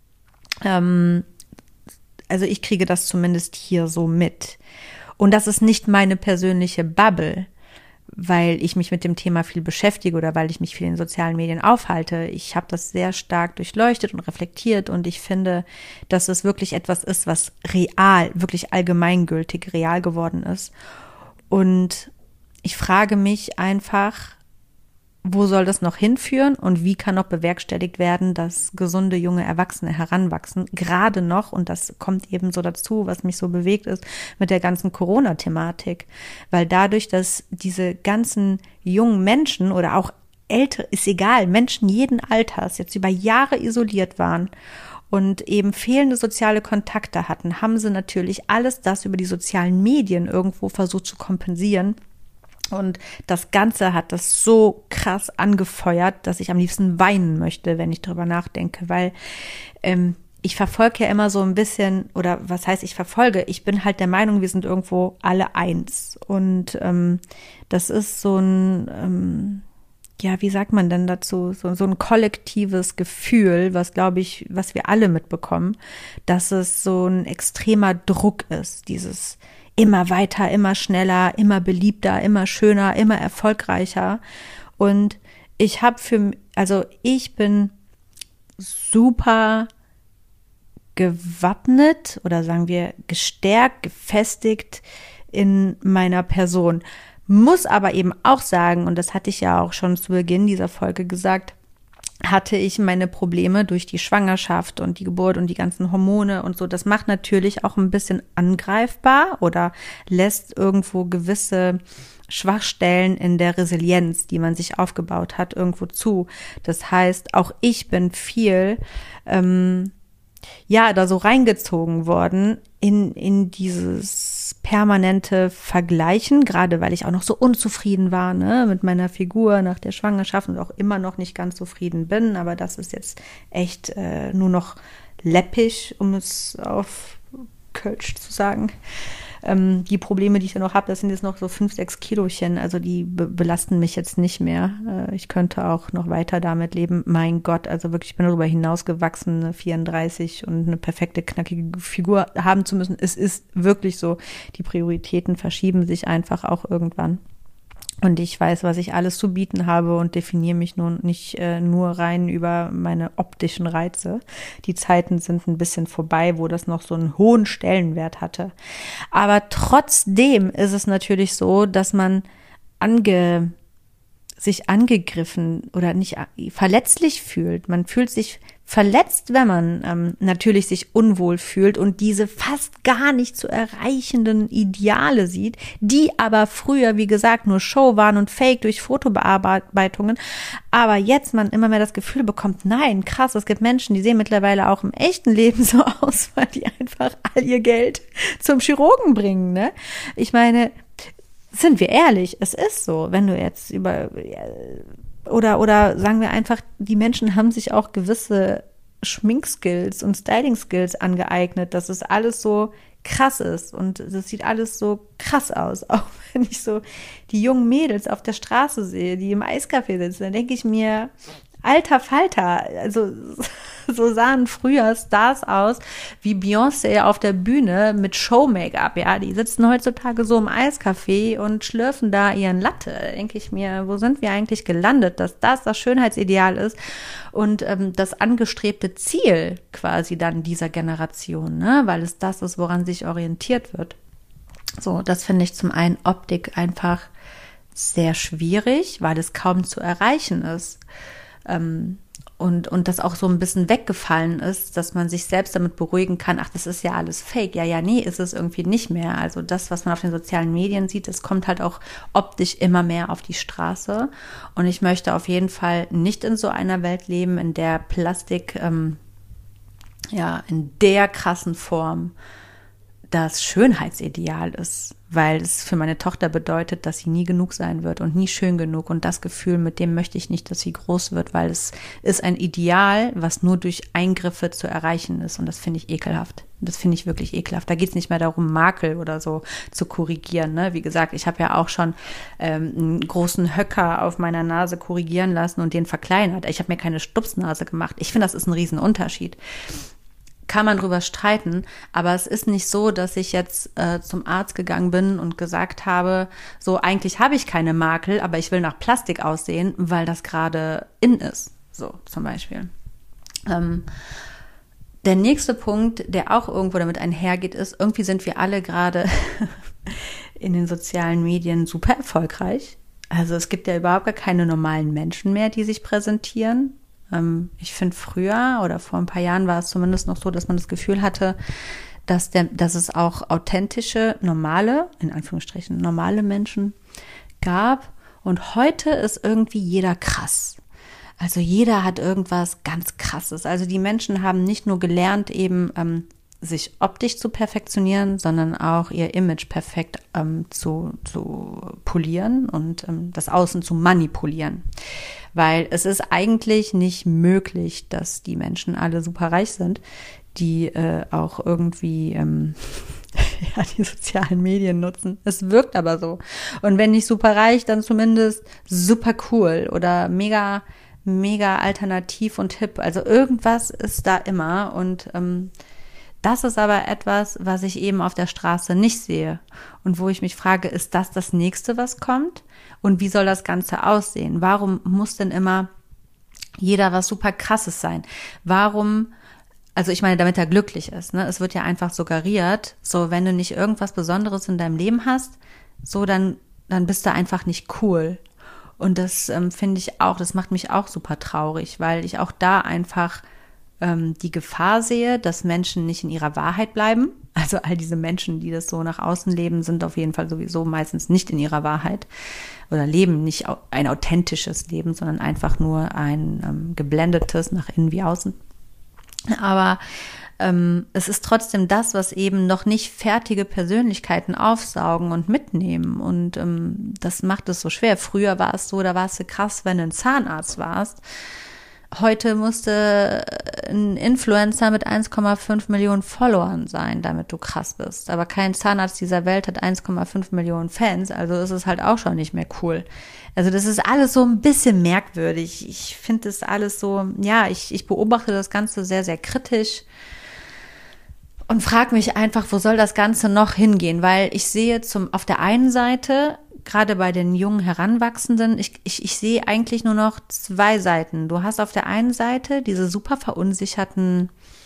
Also ich kriege das zumindest hier so mit. Und das ist nicht meine persönliche Bubble, weil ich mich mit dem Thema viel beschäftige oder weil ich mich viel in sozialen Medien aufhalte. Ich habe das sehr stark durchleuchtet und reflektiert und ich finde, dass es wirklich etwas ist, was real, wirklich allgemeingültig real geworden ist. Und ich frage mich einfach, wo soll das noch hinführen und wie kann noch bewerkstelligt werden, dass gesunde junge Erwachsene heranwachsen, gerade noch, und das kommt eben so dazu, was mich so bewegt ist, mit der ganzen Corona-Thematik, weil dadurch, dass diese ganzen jungen Menschen oder auch ältere, ist egal, Menschen jeden Alters jetzt über Jahre isoliert waren und eben fehlende soziale Kontakte hatten, haben sie natürlich alles das über die sozialen Medien irgendwo versucht zu kompensieren. Und das Ganze hat das so krass angefeuert, dass ich am liebsten weinen möchte, wenn ich darüber nachdenke, weil ich verfolge ja immer so ein bisschen, oder was heißt ich verfolge? Ich bin halt der Meinung, wir sind irgendwo alle eins. Und das ist so ein, wie sagt man denn dazu, so ein kollektives Gefühl, was glaube ich, was wir alle mitbekommen, dass es so ein extremer Druck ist, dieses immer weiter, immer schneller, immer beliebter, immer schöner, immer erfolgreicher. Und ich bin super gewappnet oder sagen wir gestärkt, gefestigt in meiner Person. Muss aber eben auch sagen, und das hatte ich ja auch schon zu Beginn dieser Folge gesagt, hatte ich meine Probleme durch die Schwangerschaft und die Geburt und die ganzen Hormone und so. Das macht natürlich auch ein bisschen angreifbar oder lässt irgendwo gewisse Schwachstellen in der Resilienz, die man sich aufgebaut hat, irgendwo zu. Das heißt, auch ich bin viel da so reingezogen worden in dieses permanente Vergleichen, gerade weil ich auch noch so unzufrieden war, ne, mit meiner Figur nach der Schwangerschaft und auch immer noch nicht ganz zufrieden bin, aber das ist jetzt echt nur noch läppig, um es auf Kölsch zu sagen. Die Probleme, die ich ja noch habe, das sind jetzt noch so 5, 6 Kilochen, also die belasten mich jetzt nicht mehr. Ich könnte auch noch weiter damit leben. Mein Gott, also wirklich, ich bin darüber hinausgewachsen, eine 34 und eine perfekte, knackige Figur haben zu müssen. Es ist wirklich so, die Prioritäten verschieben sich einfach auch irgendwann. Und ich weiß, was ich alles zu bieten habe und definiere mich nun nicht nur rein über meine optischen Reize. Die Zeiten sind ein bisschen vorbei, wo das noch so einen hohen Stellenwert hatte. Aber trotzdem ist es natürlich so, dass man sich angegriffen oder nicht verletzlich fühlt. Man fühlt sich verletzt, wenn man natürlich sich unwohl fühlt und diese fast gar nicht zu erreichenden Ideale sieht, die aber früher, wie gesagt, nur Show waren und Fake durch Fotobearbeitungen, aber jetzt man immer mehr das Gefühl bekommt, nein, krass, es gibt Menschen, die sehen mittlerweile auch im echten Leben so aus, weil die einfach all ihr Geld zum Chirurgen bringen, ne? Ich meine, sind wir ehrlich, es ist so, wenn du jetzt oder sagen wir einfach, die Menschen haben sich auch gewisse Schminkskills und Styling-Skills angeeignet, dass es alles so krass ist und das sieht alles so krass aus. Auch wenn ich so die jungen Mädels auf der Straße sehe, die im Eiscafé sitzen, dann denke ich mir, alter Falter, also so sahen früher Stars aus wie Beyoncé auf der Bühne mit Show-Make-up, ja, die sitzen heutzutage so im Eiscafé und schlürfen da ihren Latte. Da denke ich mir, wo sind wir eigentlich gelandet, dass das Schönheitsideal ist und das angestrebte Ziel quasi dann dieser Generation, ne, weil es das ist, woran sich orientiert wird. So, das finde ich zum einen Optik einfach sehr schwierig, weil es kaum zu erreichen ist. Und das auch so ein bisschen weggefallen ist, dass man sich selbst damit beruhigen kann, ach, das ist ja alles Fake. Ja, nee, ist es irgendwie nicht mehr. Also das, was man auf den sozialen Medien sieht, das kommt halt auch optisch immer mehr auf die Straße. Und ich möchte auf jeden Fall nicht in so einer Welt leben, in der Plastik, in der krassen Form das Schönheitsideal ist. weil es für meine Tochter bedeutet, dass sie nie genug sein wird und nie schön genug. Und das Gefühl, mit dem möchte ich nicht, dass sie groß wird, weil es ist ein Ideal, was nur durch Eingriffe zu erreichen ist. Und das finde ich ekelhaft. Das finde ich wirklich ekelhaft. Da geht es nicht mehr darum, Makel oder so zu korrigieren. Ne? Wie gesagt, ich habe ja auch schon einen großen Höcker auf meiner Nase korrigieren lassen und den verkleinert. Ich habe mir keine Stupsnase gemacht. Ich finde, das ist ein Riesenunterschied. Kann man drüber streiten, aber es ist nicht so, dass ich jetzt zum Arzt gegangen bin und gesagt habe, so eigentlich habe ich keine Makel, aber ich will nach Plastik aussehen, weil das gerade in ist, so zum Beispiel. Der nächste Punkt, der auch irgendwo damit einhergeht, ist, irgendwie sind wir alle gerade in den sozialen Medien super erfolgreich. Also es gibt ja überhaupt gar keine normalen Menschen mehr, die sich präsentieren. Ich finde, früher oder vor ein paar Jahren war es zumindest noch so, dass man das Gefühl hatte, dass es auch authentische, normale, in Anführungsstrichen, normale Menschen gab. Und heute ist irgendwie jeder krass. Also jeder hat irgendwas ganz Krasses. Also die Menschen haben nicht nur gelernt, eben sich optisch zu perfektionieren, sondern auch ihr Image perfekt zu polieren und das Außen zu manipulieren. Weil es ist eigentlich nicht möglich, dass die Menschen alle super reich sind, die auch irgendwie die sozialen Medien nutzen. Es wirkt aber so. Und wenn nicht super reich, dann zumindest super cool oder mega, mega alternativ und hip. Also irgendwas ist da immer und das ist aber etwas, was ich eben auf der Straße nicht sehe und wo ich mich frage, ist das das Nächste, was kommt? Und wie soll das Ganze aussehen? Warum muss denn immer jeder was super Krasses sein? Warum, also ich meine, damit er glücklich ist, ne? Es wird ja einfach suggeriert, so wenn du nicht irgendwas Besonderes in deinem Leben hast, so dann bist du einfach nicht cool. Und das finde ich auch, das macht mich auch super traurig, weil ich auch da einfach die Gefahr sehe, dass Menschen nicht in ihrer Wahrheit bleiben. Also all diese Menschen, die das so nach außen leben, sind auf jeden Fall sowieso meistens nicht in ihrer Wahrheit oder leben nicht ein authentisches Leben, sondern einfach nur ein geblendetes nach innen wie außen. Aber es ist trotzdem das, was eben noch nicht fertige Persönlichkeiten aufsaugen und mitnehmen. Und das macht es so schwer. Früher war es so, da war es so krass, wenn du ein Zahnarzt warst. Heute musste ein Influencer mit 1,5 Millionen Followern sein, damit du krass bist. Aber kein Zahnarzt dieser Welt hat 1,5 Millionen Fans, also ist es halt auch schon nicht mehr cool. Also das ist alles so ein bisschen merkwürdig. Ich finde das alles so, ja, ich beobachte das Ganze sehr, sehr kritisch und frage mich einfach, wo soll das Ganze noch hingehen? Weil ich sehe auf der einen Seite, gerade bei den jungen Heranwachsenden, ich sehe eigentlich nur noch zwei Seiten. Du hast auf der einen Seite diese super verunsicherten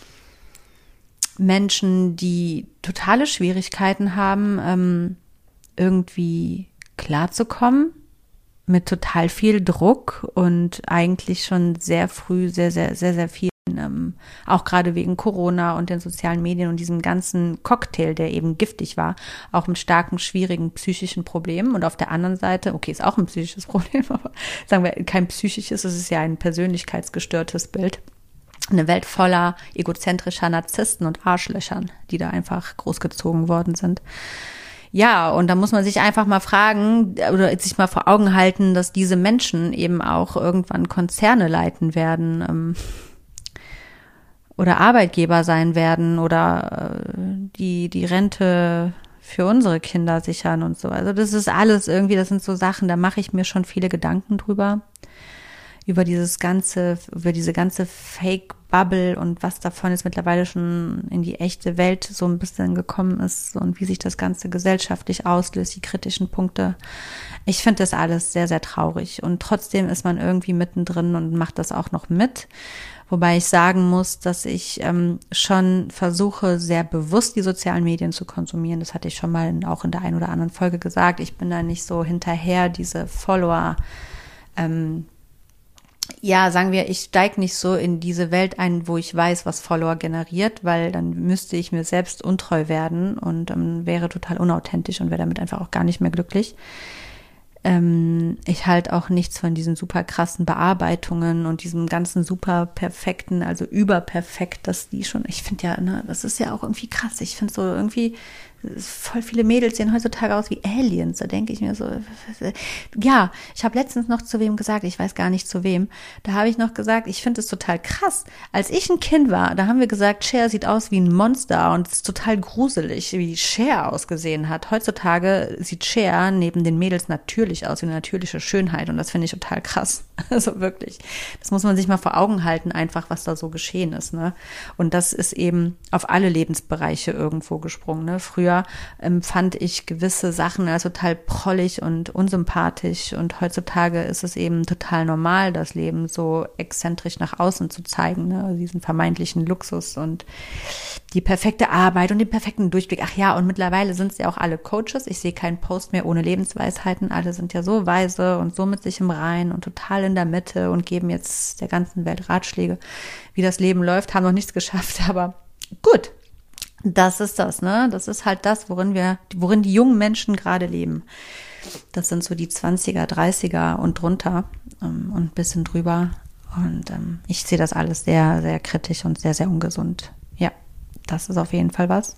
Menschen, die totale Schwierigkeiten haben, irgendwie klarzukommen mit total viel Druck und eigentlich schon sehr früh sehr, sehr, sehr, sehr viel auch gerade wegen Corona und den sozialen Medien und diesem ganzen Cocktail, der eben giftig war, auch mit starken, schwierigen psychischen Problemen. Und auf der anderen Seite, okay, ist auch ein psychisches Problem, aber sagen wir kein psychisches, es ist ja ein persönlichkeitsgestörtes Bild. Eine Welt voller egozentrischer Narzissten und Arschlöchern, die da einfach großgezogen worden sind. Ja, und da muss man sich einfach mal fragen oder sich mal vor Augen halten, dass diese Menschen eben auch irgendwann Konzerne leiten werden, oder Arbeitgeber sein werden oder die Rente für unsere Kinder sichern und so. Also das ist alles irgendwie, das sind so Sachen, da mache ich mir schon viele Gedanken drüber. Über diese ganze Fake-Bubble und was davon jetzt mittlerweile schon in die echte Welt so ein bisschen gekommen ist und wie sich das Ganze gesellschaftlich auslöst, die kritischen Punkte. Ich finde das alles sehr, sehr traurig und trotzdem ist man irgendwie mittendrin und macht das auch noch mit. Wobei ich sagen muss, dass ich schon versuche, sehr bewusst die sozialen Medien zu konsumieren. Das hatte ich schon mal auch in der einen oder anderen Folge gesagt. Ich bin da nicht so hinterher, diese Follower, sagen wir, ich steige nicht so in diese Welt ein, wo ich weiß, was Follower generiert, weil dann müsste ich mir selbst untreu werden und wäre total unauthentisch und wäre damit einfach auch gar nicht mehr glücklich. Ich halte auch nichts von diesen super krassen Bearbeitungen und diesem ganzen super perfekten, also überperfekt, dass die schon, ich finde ja, ne, das ist ja auch irgendwie krass. Ich finde so irgendwie voll viele Mädels sehen heutzutage aus wie Aliens. Da denke ich mir so, ja, ich habe letztens noch zu wem gesagt, ich weiß gar nicht zu wem, da habe ich noch gesagt, ich finde es total krass. Als ich ein Kind war, da haben wir gesagt, Cher sieht aus wie ein Monster und es ist total gruselig, wie Cher ausgesehen hat. Heutzutage sieht Cher neben den Mädels natürlich aus, wie eine natürliche Schönheit und das finde ich total krass. Also wirklich, das muss man sich mal vor Augen halten, einfach was da so geschehen ist, ne? Und das ist eben auf alle Lebensbereiche irgendwo gesprungen, ne? Früher empfand ich gewisse Sachen als total prollig und unsympathisch und heutzutage ist es eben total normal, das Leben so exzentrisch nach außen zu zeigen, ne? Diesen vermeintlichen Luxus und die perfekte Arbeit und den perfekten Durchblick. Ach ja, und mittlerweile sind es ja auch alle Coaches. Ich sehe keinen Post mehr ohne Lebensweisheiten. Alle sind ja so weise und so mit sich im Reinen und total in der Mitte und geben jetzt der ganzen Welt Ratschläge, wie das Leben läuft, haben noch nichts geschafft, aber gut. Das ist das, ne? Das ist halt das, worin die jungen Menschen gerade leben. Das sind so die 20er, 30er und drunter und ein bisschen drüber. Und ich sehe das alles sehr, sehr kritisch und sehr, sehr ungesund. Ja, das ist auf jeden Fall was.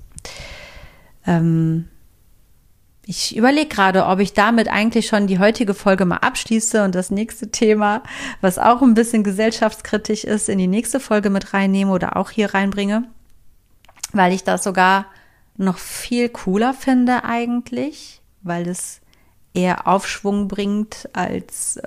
Ich überlege gerade, ob ich damit eigentlich schon die heutige Folge mal abschließe und das nächste Thema, was auch ein bisschen gesellschaftskritisch ist, in die nächste Folge mit reinnehme oder auch hier reinbringe, weil ich das sogar noch viel cooler finde eigentlich, weil es eher Aufschwung bringt, als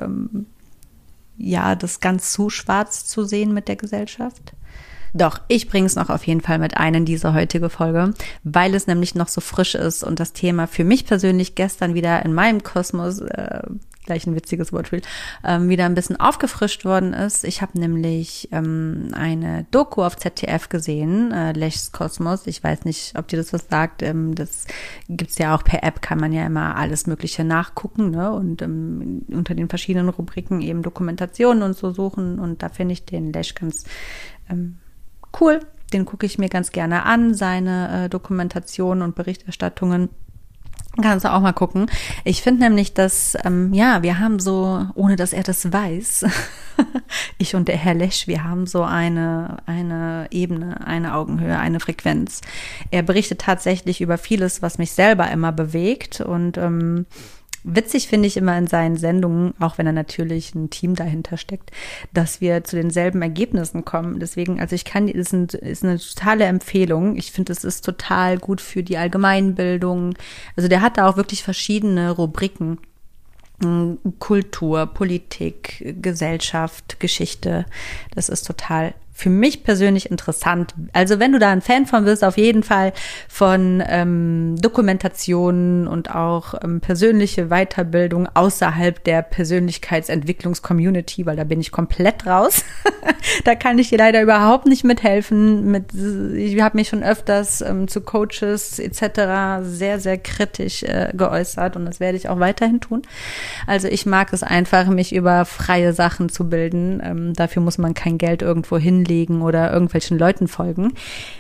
das ganz zu schwarz zu sehen mit der Gesellschaft. Doch, ich bringe es noch auf jeden Fall mit ein in diese heutige Folge, weil es nämlich noch so frisch ist und das Thema für mich persönlich gestern wieder in meinem Kosmos, gleich ein witziges Wortspiel, wieder ein bisschen aufgefrischt worden ist. Ich habe nämlich eine Doku auf ZDF gesehen, Leschs Kosmos. Ich weiß nicht, ob dir das was sagt. Das gibt's ja auch per App, kann man ja immer alles Mögliche nachgucken, ne? Und unter den verschiedenen Rubriken eben Dokumentationen und so suchen. Und da finde ich den Lesch ganz cool, den gucke ich mir ganz gerne an, seine Dokumentationen und Berichterstattungen. Kannst du auch mal gucken. Ich finde nämlich, dass, wir haben so, ohne dass er das weiß, ich und der Herr Lesch, wir haben so eine Ebene, eine Augenhöhe, eine Frequenz. Er berichtet tatsächlich über vieles, was mich selber immer bewegt und witzig finde ich immer in seinen Sendungen, auch wenn da natürlich ein Team dahinter steckt, dass wir zu denselben Ergebnissen kommen. Deswegen, also ist eine totale Empfehlung. Ich finde, es ist total gut für die Allgemeinbildung. Also der hat da auch wirklich verschiedene Rubriken. Kultur, Politik, Gesellschaft, Geschichte. Das ist total für mich persönlich interessant. Also wenn du da ein Fan von bist, auf jeden Fall von Dokumentationen und auch persönliche Weiterbildung außerhalb der Persönlichkeitsentwicklungs-Community, weil da bin ich komplett raus. Da kann ich dir leider überhaupt nicht mithelfen. Ich habe mich schon öfters zu Coaches etc. sehr, sehr kritisch geäußert und das werde ich auch weiterhin tun. Also ich mag es einfach, mich über freie Sachen zu bilden. Dafür muss man kein Geld irgendwo hinlegen oder irgendwelchen Leuten folgen.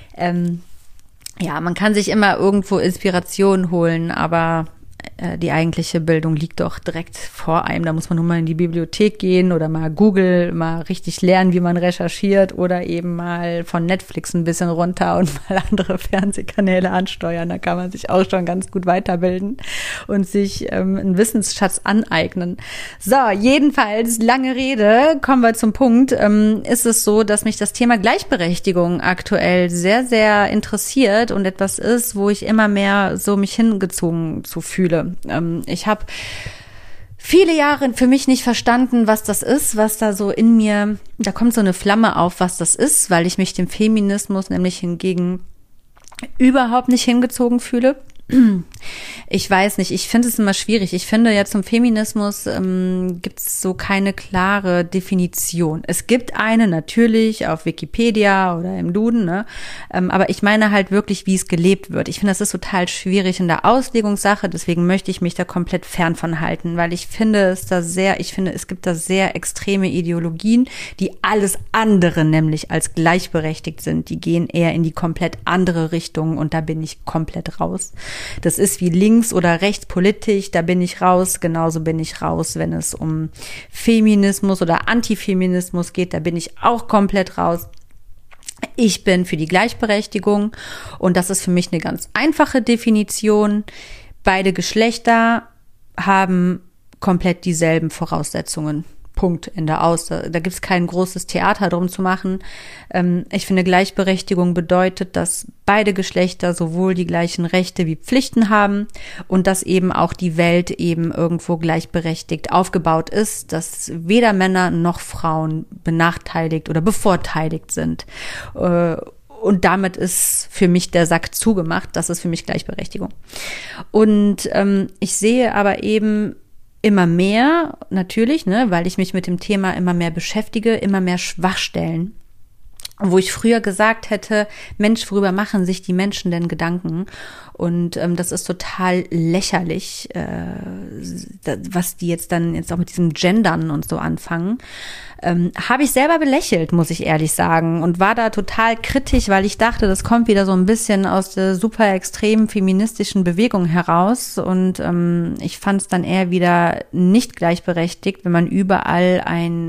Man kann sich immer irgendwo Inspiration holen, aber die eigentliche Bildung liegt doch direkt vor einem. Da muss man nur mal in die Bibliothek gehen oder mal Google, mal richtig lernen, wie man recherchiert oder eben mal von Netflix ein bisschen runter und mal andere Fernsehkanäle ansteuern. Da kann man sich auch schon ganz gut weiterbilden und sich einen Wissensschatz aneignen. So, jedenfalls, lange Rede, kommen wir zum Punkt. Ist es so, dass mich das Thema Gleichberechtigung aktuell sehr, sehr interessiert und etwas ist, wo ich immer mehr so mich hingezogen zu fühle. Ich habe viele Jahre für mich nicht verstanden, was das ist, was da so in mir, da kommt so eine Flamme auf, was das ist, weil ich mich dem Feminismus nämlich hingegen überhaupt nicht hingezogen fühle. Ich weiß nicht, ich finde es immer schwierig. Ich finde ja zum Feminismus gibt es so keine klare Definition. Es gibt eine natürlich auf Wikipedia oder im Duden, ne? Aber ich meine halt wirklich, wie es gelebt wird. Ich finde, das ist total schwierig in der Auslegungssache, deswegen möchte ich mich da komplett fern von halten, weil es gibt da sehr extreme Ideologien, die alles andere nämlich als gleichberechtigt sind. Die gehen eher in die komplett andere Richtung und da bin ich komplett raus. Das ist wie links oder rechts politisch, da bin ich raus, genauso bin ich raus, wenn es um Feminismus oder Antifeminismus geht, da bin ich auch komplett raus. Ich bin für die Gleichberechtigung und das ist für mich eine ganz einfache Definition. Beide Geschlechter haben komplett dieselben Voraussetzungen. Punkt, Ende aus. Da gibt es kein großes Theater drum zu machen. Ich finde, Gleichberechtigung bedeutet, dass beide Geschlechter sowohl die gleichen Rechte wie Pflichten haben und dass eben auch die Welt eben irgendwo gleichberechtigt aufgebaut ist, dass weder Männer noch Frauen benachteiligt oder bevorteiligt sind. Und damit ist für mich der Sack zugemacht. Das ist für mich Gleichberechtigung. Und ich sehe aber eben immer mehr, natürlich, weil ich mich mit dem Thema immer mehr beschäftige, immer mehr Schwachstellen. Wo ich früher gesagt hätte, Mensch, worüber machen sich die Menschen denn Gedanken? Und das ist total lächerlich, was die jetzt auch mit diesem Gendern und so anfangen. Habe ich selber belächelt, muss ich ehrlich sagen, und war da total kritisch, weil ich dachte, das kommt wieder so ein bisschen aus der super extremen feministischen Bewegung heraus. Und ich fand es dann eher wieder nicht gleichberechtigt, wenn man überall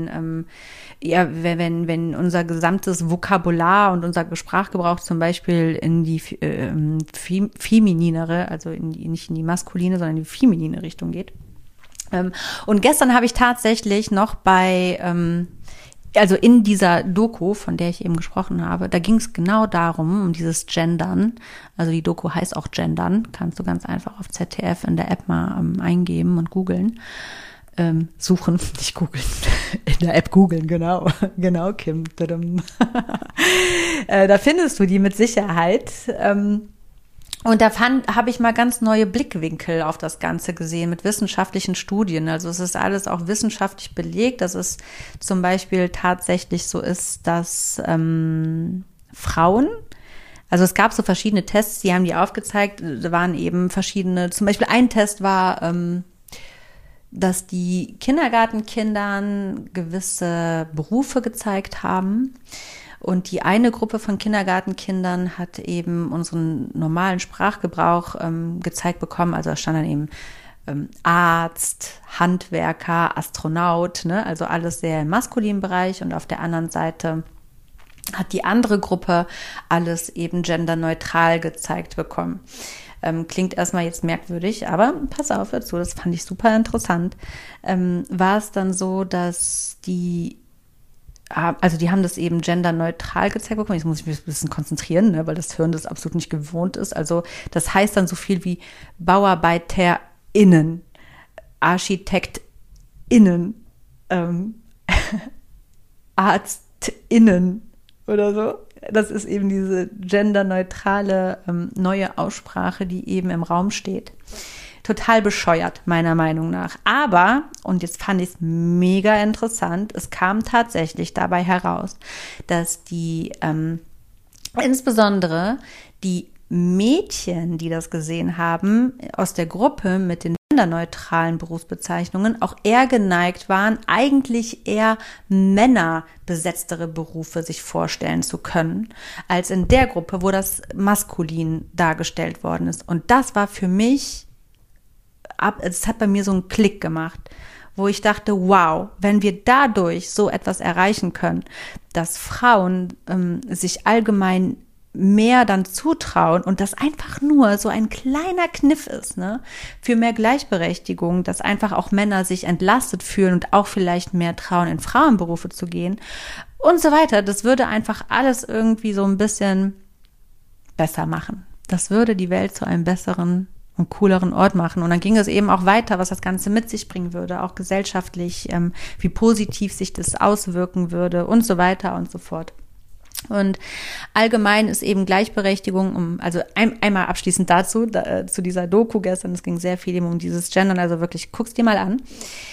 wenn unser gesamtes Vokabular und unser Sprachgebrauch zum Beispiel in die femininere, also nicht in die maskuline, sondern in die feminine Richtung geht. Und gestern habe ich tatsächlich noch also in dieser Doku, von der ich eben gesprochen habe, da ging es genau darum, um dieses Gendern. Also die Doku heißt auch Gendern, kannst du ganz einfach auf ZDF in der App mal eingeben und googeln. Suchen, nicht googeln, in der App googeln, genau, Kim. Da findest du die mit Sicherheit. Und da habe ich mal ganz neue Blickwinkel auf das Ganze gesehen mit wissenschaftlichen Studien. Also es ist alles auch wissenschaftlich belegt, dass es zum Beispiel tatsächlich so ist, dass Frauen, also es gab so verschiedene Tests, die haben die aufgezeigt, da waren eben verschiedene, zum Beispiel ein Test war, dass die Kindergartenkindern gewisse Berufe gezeigt haben. Und die eine Gruppe von Kindergartenkindern hat eben unseren normalen Sprachgebrauch gezeigt bekommen. Also da stand dann eben Arzt, Handwerker, Astronaut, also alles sehr im maskulinen Bereich. Und auf der anderen Seite hat die andere Gruppe alles eben genderneutral gezeigt bekommen. Klingt erstmal jetzt merkwürdig, aber pass auf dazu, das fand ich super interessant. War es dann so, dass die haben das eben genderneutral gezeigt bekommen. Jetzt muss ich mich ein bisschen konzentrieren, weil das Hirn das absolut nicht gewohnt ist. Also das heißt dann so viel wie BauarbeiterInnen, ArchitektInnen, ArztInnen oder so. Das ist eben diese genderneutrale neue Aussprache, die eben im Raum steht. Total bescheuert, meiner Meinung nach. Aber, und jetzt fand ich es mega interessant, es kam tatsächlich dabei heraus, dass insbesondere die Mädchen, die das gesehen haben, aus der Gruppe mit den genderneutralen Berufsbezeichnungen auch eher geneigt waren, eigentlich eher männerbesetztere Berufe sich vorstellen zu können, als in der Gruppe, wo das maskulin dargestellt worden ist. Und das war für mich, es hat bei mir so einen Klick gemacht, wo ich dachte, wow, wenn wir dadurch so etwas erreichen können, dass Frauen sich allgemein mehr dann zutrauen und das einfach nur so ein kleiner Kniff ist, für mehr Gleichberechtigung, dass einfach auch Männer sich entlastet fühlen und auch vielleicht mehr trauen, in Frauenberufe zu gehen und so weiter. Das würde einfach alles irgendwie so ein bisschen besser machen. Das würde die Welt zu einem besseren und cooleren Ort machen. Und dann ging es eben auch weiter, was das Ganze mit sich bringen würde, auch gesellschaftlich, wie positiv sich das auswirken würde und so weiter und so fort. Und allgemein ist eben Gleichberechtigung, also einmal abschließend dazu, zu dieser Doku gestern, es ging sehr viel eben um dieses Gendern, also wirklich, guck's dir mal an.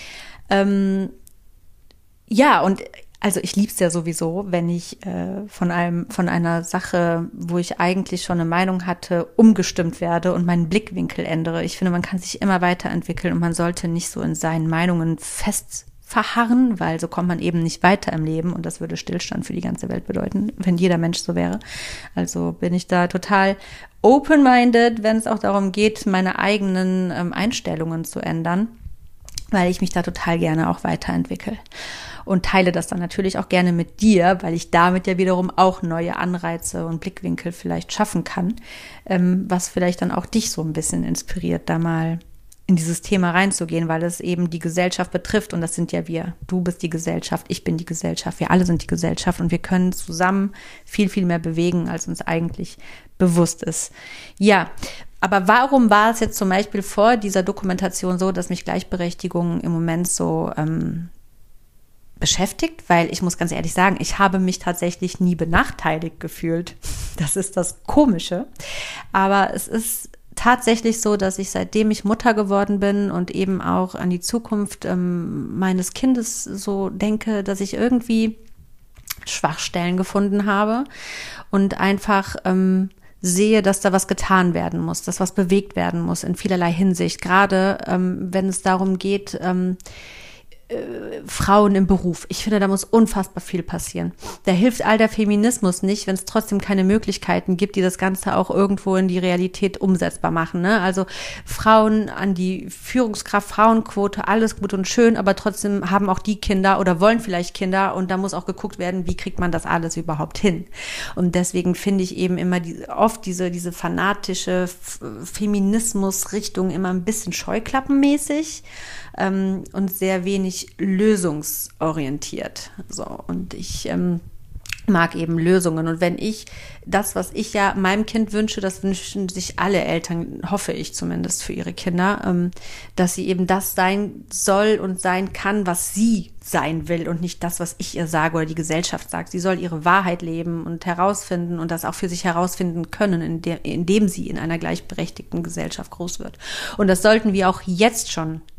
Ja, und also ich lieb's ja sowieso, wenn ich von einer Sache, wo ich eigentlich schon eine Meinung hatte, umgestimmt werde und meinen Blickwinkel ändere. Ich finde, man kann sich immer weiterentwickeln und man sollte nicht so in seinen Meinungen verharren, weil so kommt man eben nicht weiter im Leben und das würde Stillstand für die ganze Welt bedeuten, wenn jeder Mensch so wäre. Also bin ich da total open-minded, wenn es auch darum geht, meine eigenen Einstellungen zu ändern. weil ich mich da total gerne auch weiterentwickle. Und teile das dann natürlich auch gerne mit dir, weil ich damit ja wiederum auch neue Anreize und Blickwinkel vielleicht schaffen kann, was vielleicht dann auch dich so ein bisschen inspiriert, da mal in dieses Thema reinzugehen, weil es eben die Gesellschaft betrifft und das sind ja wir. Du bist die Gesellschaft, ich bin die Gesellschaft, wir alle sind die Gesellschaft und wir können zusammen viel, viel mehr bewegen, als uns eigentlich bewusst ist. Ja, aber warum war es jetzt zum Beispiel vor dieser Dokumentation so, dass mich Gleichberechtigung im Moment so beschäftigt? Weil ich muss ganz ehrlich sagen, ich habe mich tatsächlich nie benachteiligt gefühlt. Das ist das Komische. Aber es ist tatsächlich so, dass ich, seitdem ich Mutter geworden bin und eben auch an die Zukunft meines Kindes so denke, dass ich irgendwie Schwachstellen gefunden habe und einfach sehe, dass da was getan werden muss, dass was bewegt werden muss in vielerlei Hinsicht. Gerade wenn es darum geht, Frauen im Beruf. Ich finde, da muss unfassbar viel passieren. Da hilft all der Feminismus nicht, wenn es trotzdem keine Möglichkeiten gibt, die das Ganze auch irgendwo in die Realität umsetzbar machen. Ne? Also Frauen an die Führungskraft, Frauenquote, alles gut und schön, aber trotzdem haben auch die Kinder oder wollen vielleicht Kinder und da muss auch geguckt werden, wie kriegt man das alles überhaupt hin. Und deswegen finde ich eben immer oft diese fanatische Feminismus-Richtung immer ein bisschen scheuklappenmäßig und sehr wenig lösungsorientiert. So, und ich mag eben Lösungen. Und wenn ich das, was ich ja meinem Kind wünsche, das wünschen sich alle Eltern, hoffe ich zumindest für ihre Kinder, dass sie eben das sein soll und sein kann, was sie sein will und nicht das, was ich ihr sage oder die Gesellschaft sagt. Sie soll ihre Wahrheit leben und herausfinden und das auch für sich herausfinden können, indem sie in einer gleichberechtigten Gesellschaft groß wird. Und das sollten wir auch jetzt,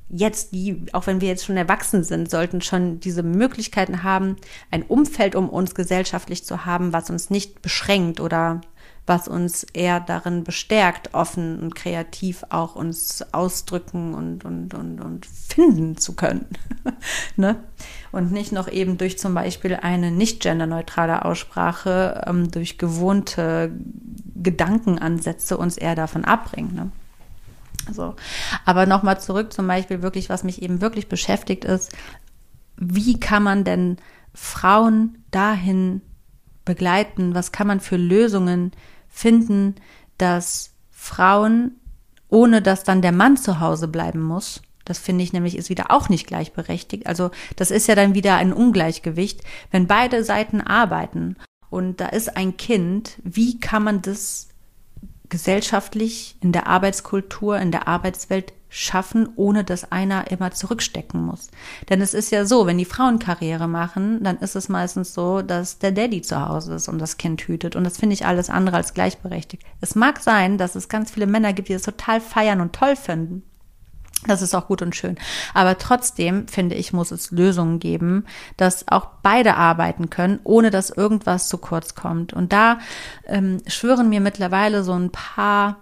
auch wenn wir jetzt schon erwachsen sind, sollten schon diese Möglichkeiten haben, ein Umfeld um uns gesellschaftlich zu haben, was uns nicht beschränkt oder was uns eher darin bestärkt, offen und kreativ auch uns ausdrücken und finden zu können. Ne? Und nicht noch eben durch zum Beispiel eine nicht genderneutrale Aussprache, durch gewohnte Gedankenansätze uns eher davon abbringen. Ne? So. Aber nochmal zurück zum Beispiel wirklich, was mich eben wirklich beschäftigt ist, wie kann man denn Frauen dahin begleiten, was kann man für Lösungen finden, dass Frauen, ohne dass dann der Mann zu Hause bleiben muss, das finde ich nämlich ist wieder auch nicht gleichberechtigt, also das ist ja dann wieder ein Ungleichgewicht, wenn beide Seiten arbeiten und da ist ein Kind, wie kann man das gesellschaftlich, in der Arbeitskultur, in der Arbeitswelt schaffen, ohne dass einer immer zurückstecken muss. Denn es ist ja so, wenn die Frauen Karriere machen, dann ist es meistens so, dass der Daddy zu Hause ist und das Kind hütet. Und das finde ich alles andere als gleichberechtigt. Es mag sein, dass es ganz viele Männer gibt, die das total feiern und toll finden. Das ist auch gut und schön. Aber trotzdem, finde ich, muss es Lösungen geben, dass auch beide arbeiten können, ohne dass irgendwas zu kurz kommt. Und da schwören mir mittlerweile so ein paar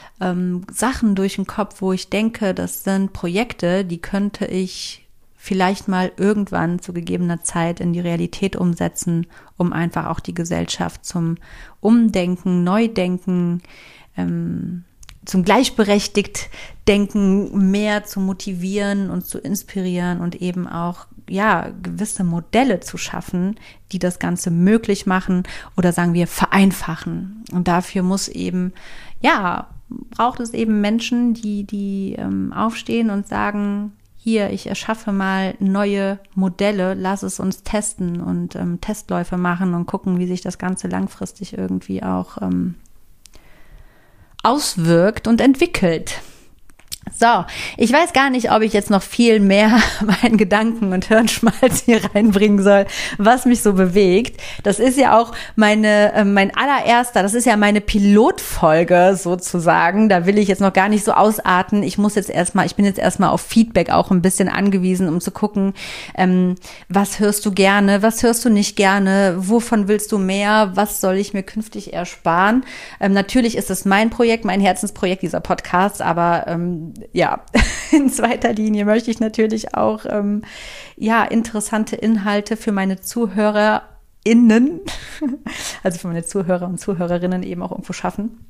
Sachen durch den Kopf, wo ich denke, das sind Projekte, die könnte ich vielleicht mal irgendwann zu gegebener Zeit in die Realität umsetzen, um einfach auch die Gesellschaft zum Umdenken, Neudenken, zum gleichberechtigt Denken mehr zu motivieren und zu inspirieren und eben auch, ja, gewisse Modelle zu schaffen, die das Ganze möglich machen oder sagen wir vereinfachen. Und dafür braucht es eben Menschen, die aufstehen und sagen, hier, ich erschaffe mal neue Modelle, lass es uns testen und Testläufe machen und gucken, wie sich das Ganze langfristig irgendwie auch auswirkt und entwickelt. So, ich weiß gar nicht, ob ich jetzt noch viel mehr meinen Gedanken und Hirnschmalz hier reinbringen soll, was mich so bewegt. Das ist ja auch das ist ja meine Pilotfolge sozusagen. Da will ich jetzt noch gar nicht so ausarten. Ich bin jetzt erstmal auf Feedback auch ein bisschen angewiesen, um zu gucken, was hörst du gerne, was hörst du nicht gerne, wovon willst du mehr, was soll ich mir künftig ersparen. Natürlich ist es mein Projekt, mein Herzensprojekt, dieser Podcast, aber in zweiter Linie möchte ich natürlich auch interessante Inhalte für meine ZuhörerInnen, also für meine Zuhörer und Zuhörerinnen eben auch irgendwo schaffen.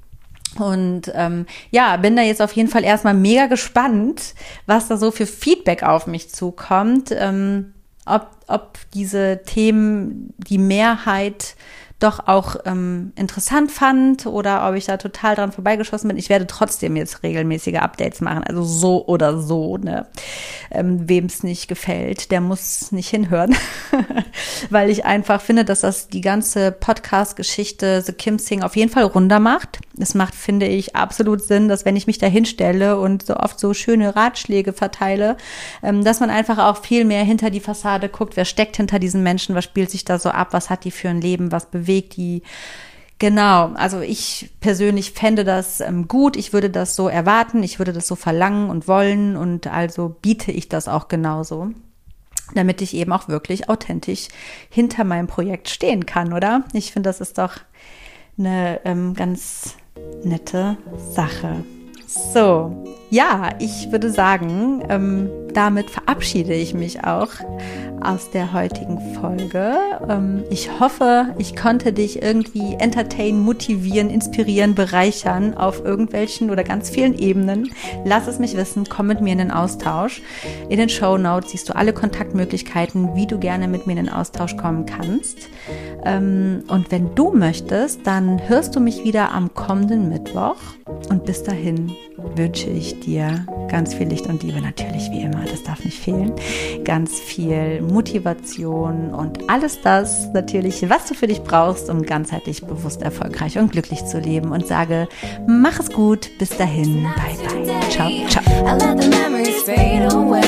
Und bin da jetzt auf jeden Fall erstmal mega gespannt, was da so für Feedback auf mich zukommt, ob diese Themen die Mehrheit doch auch interessant fand oder ob ich da total dran vorbeigeschossen bin. Ich werde trotzdem jetzt regelmäßige Updates machen, also so oder so, ne? Wem es nicht gefällt, der muss nicht hinhören, weil ich einfach finde, dass das die ganze Podcast-Geschichte The Kim Sing auf jeden Fall runder macht. Es macht, finde ich, absolut Sinn, dass wenn ich mich da hinstelle und so oft so schöne Ratschläge verteile, dass man einfach auch viel mehr hinter die Fassade guckt, wer steckt hinter diesen Menschen, was spielt sich da so ab, was hat die für ein Leben, was bewegt die. Genau, also ich persönlich fände das gut, ich würde das so erwarten, ich würde das so verlangen und wollen und also biete ich das auch genauso, damit ich eben auch wirklich authentisch hinter meinem Projekt stehen kann, oder? Ich finde, das ist doch eine ganz nette Sache. So, ja, ich würde sagen, damit verabschiede ich mich auch aus der heutigen Folge. Ich hoffe, ich konnte dich irgendwie entertainen, motivieren, inspirieren, bereichern auf irgendwelchen oder ganz vielen Ebenen. Lass es mich wissen, komm mit mir in den Austausch. In den Shownotes siehst du alle Kontaktmöglichkeiten, wie du gerne mit mir in den Austausch kommen kannst. Und wenn du möchtest, dann hörst du mich wieder am kommenden Mittwoch. Und bis dahin wünsche ich dir ganz viel Licht und Liebe, natürlich wie immer, das darf nicht fehlen, ganz viel Motivation und alles das natürlich, was du für dich brauchst, um ganzheitlich, bewusst, erfolgreich und glücklich zu leben und sage, mach es gut, bis dahin, bye bye, ciao, ciao.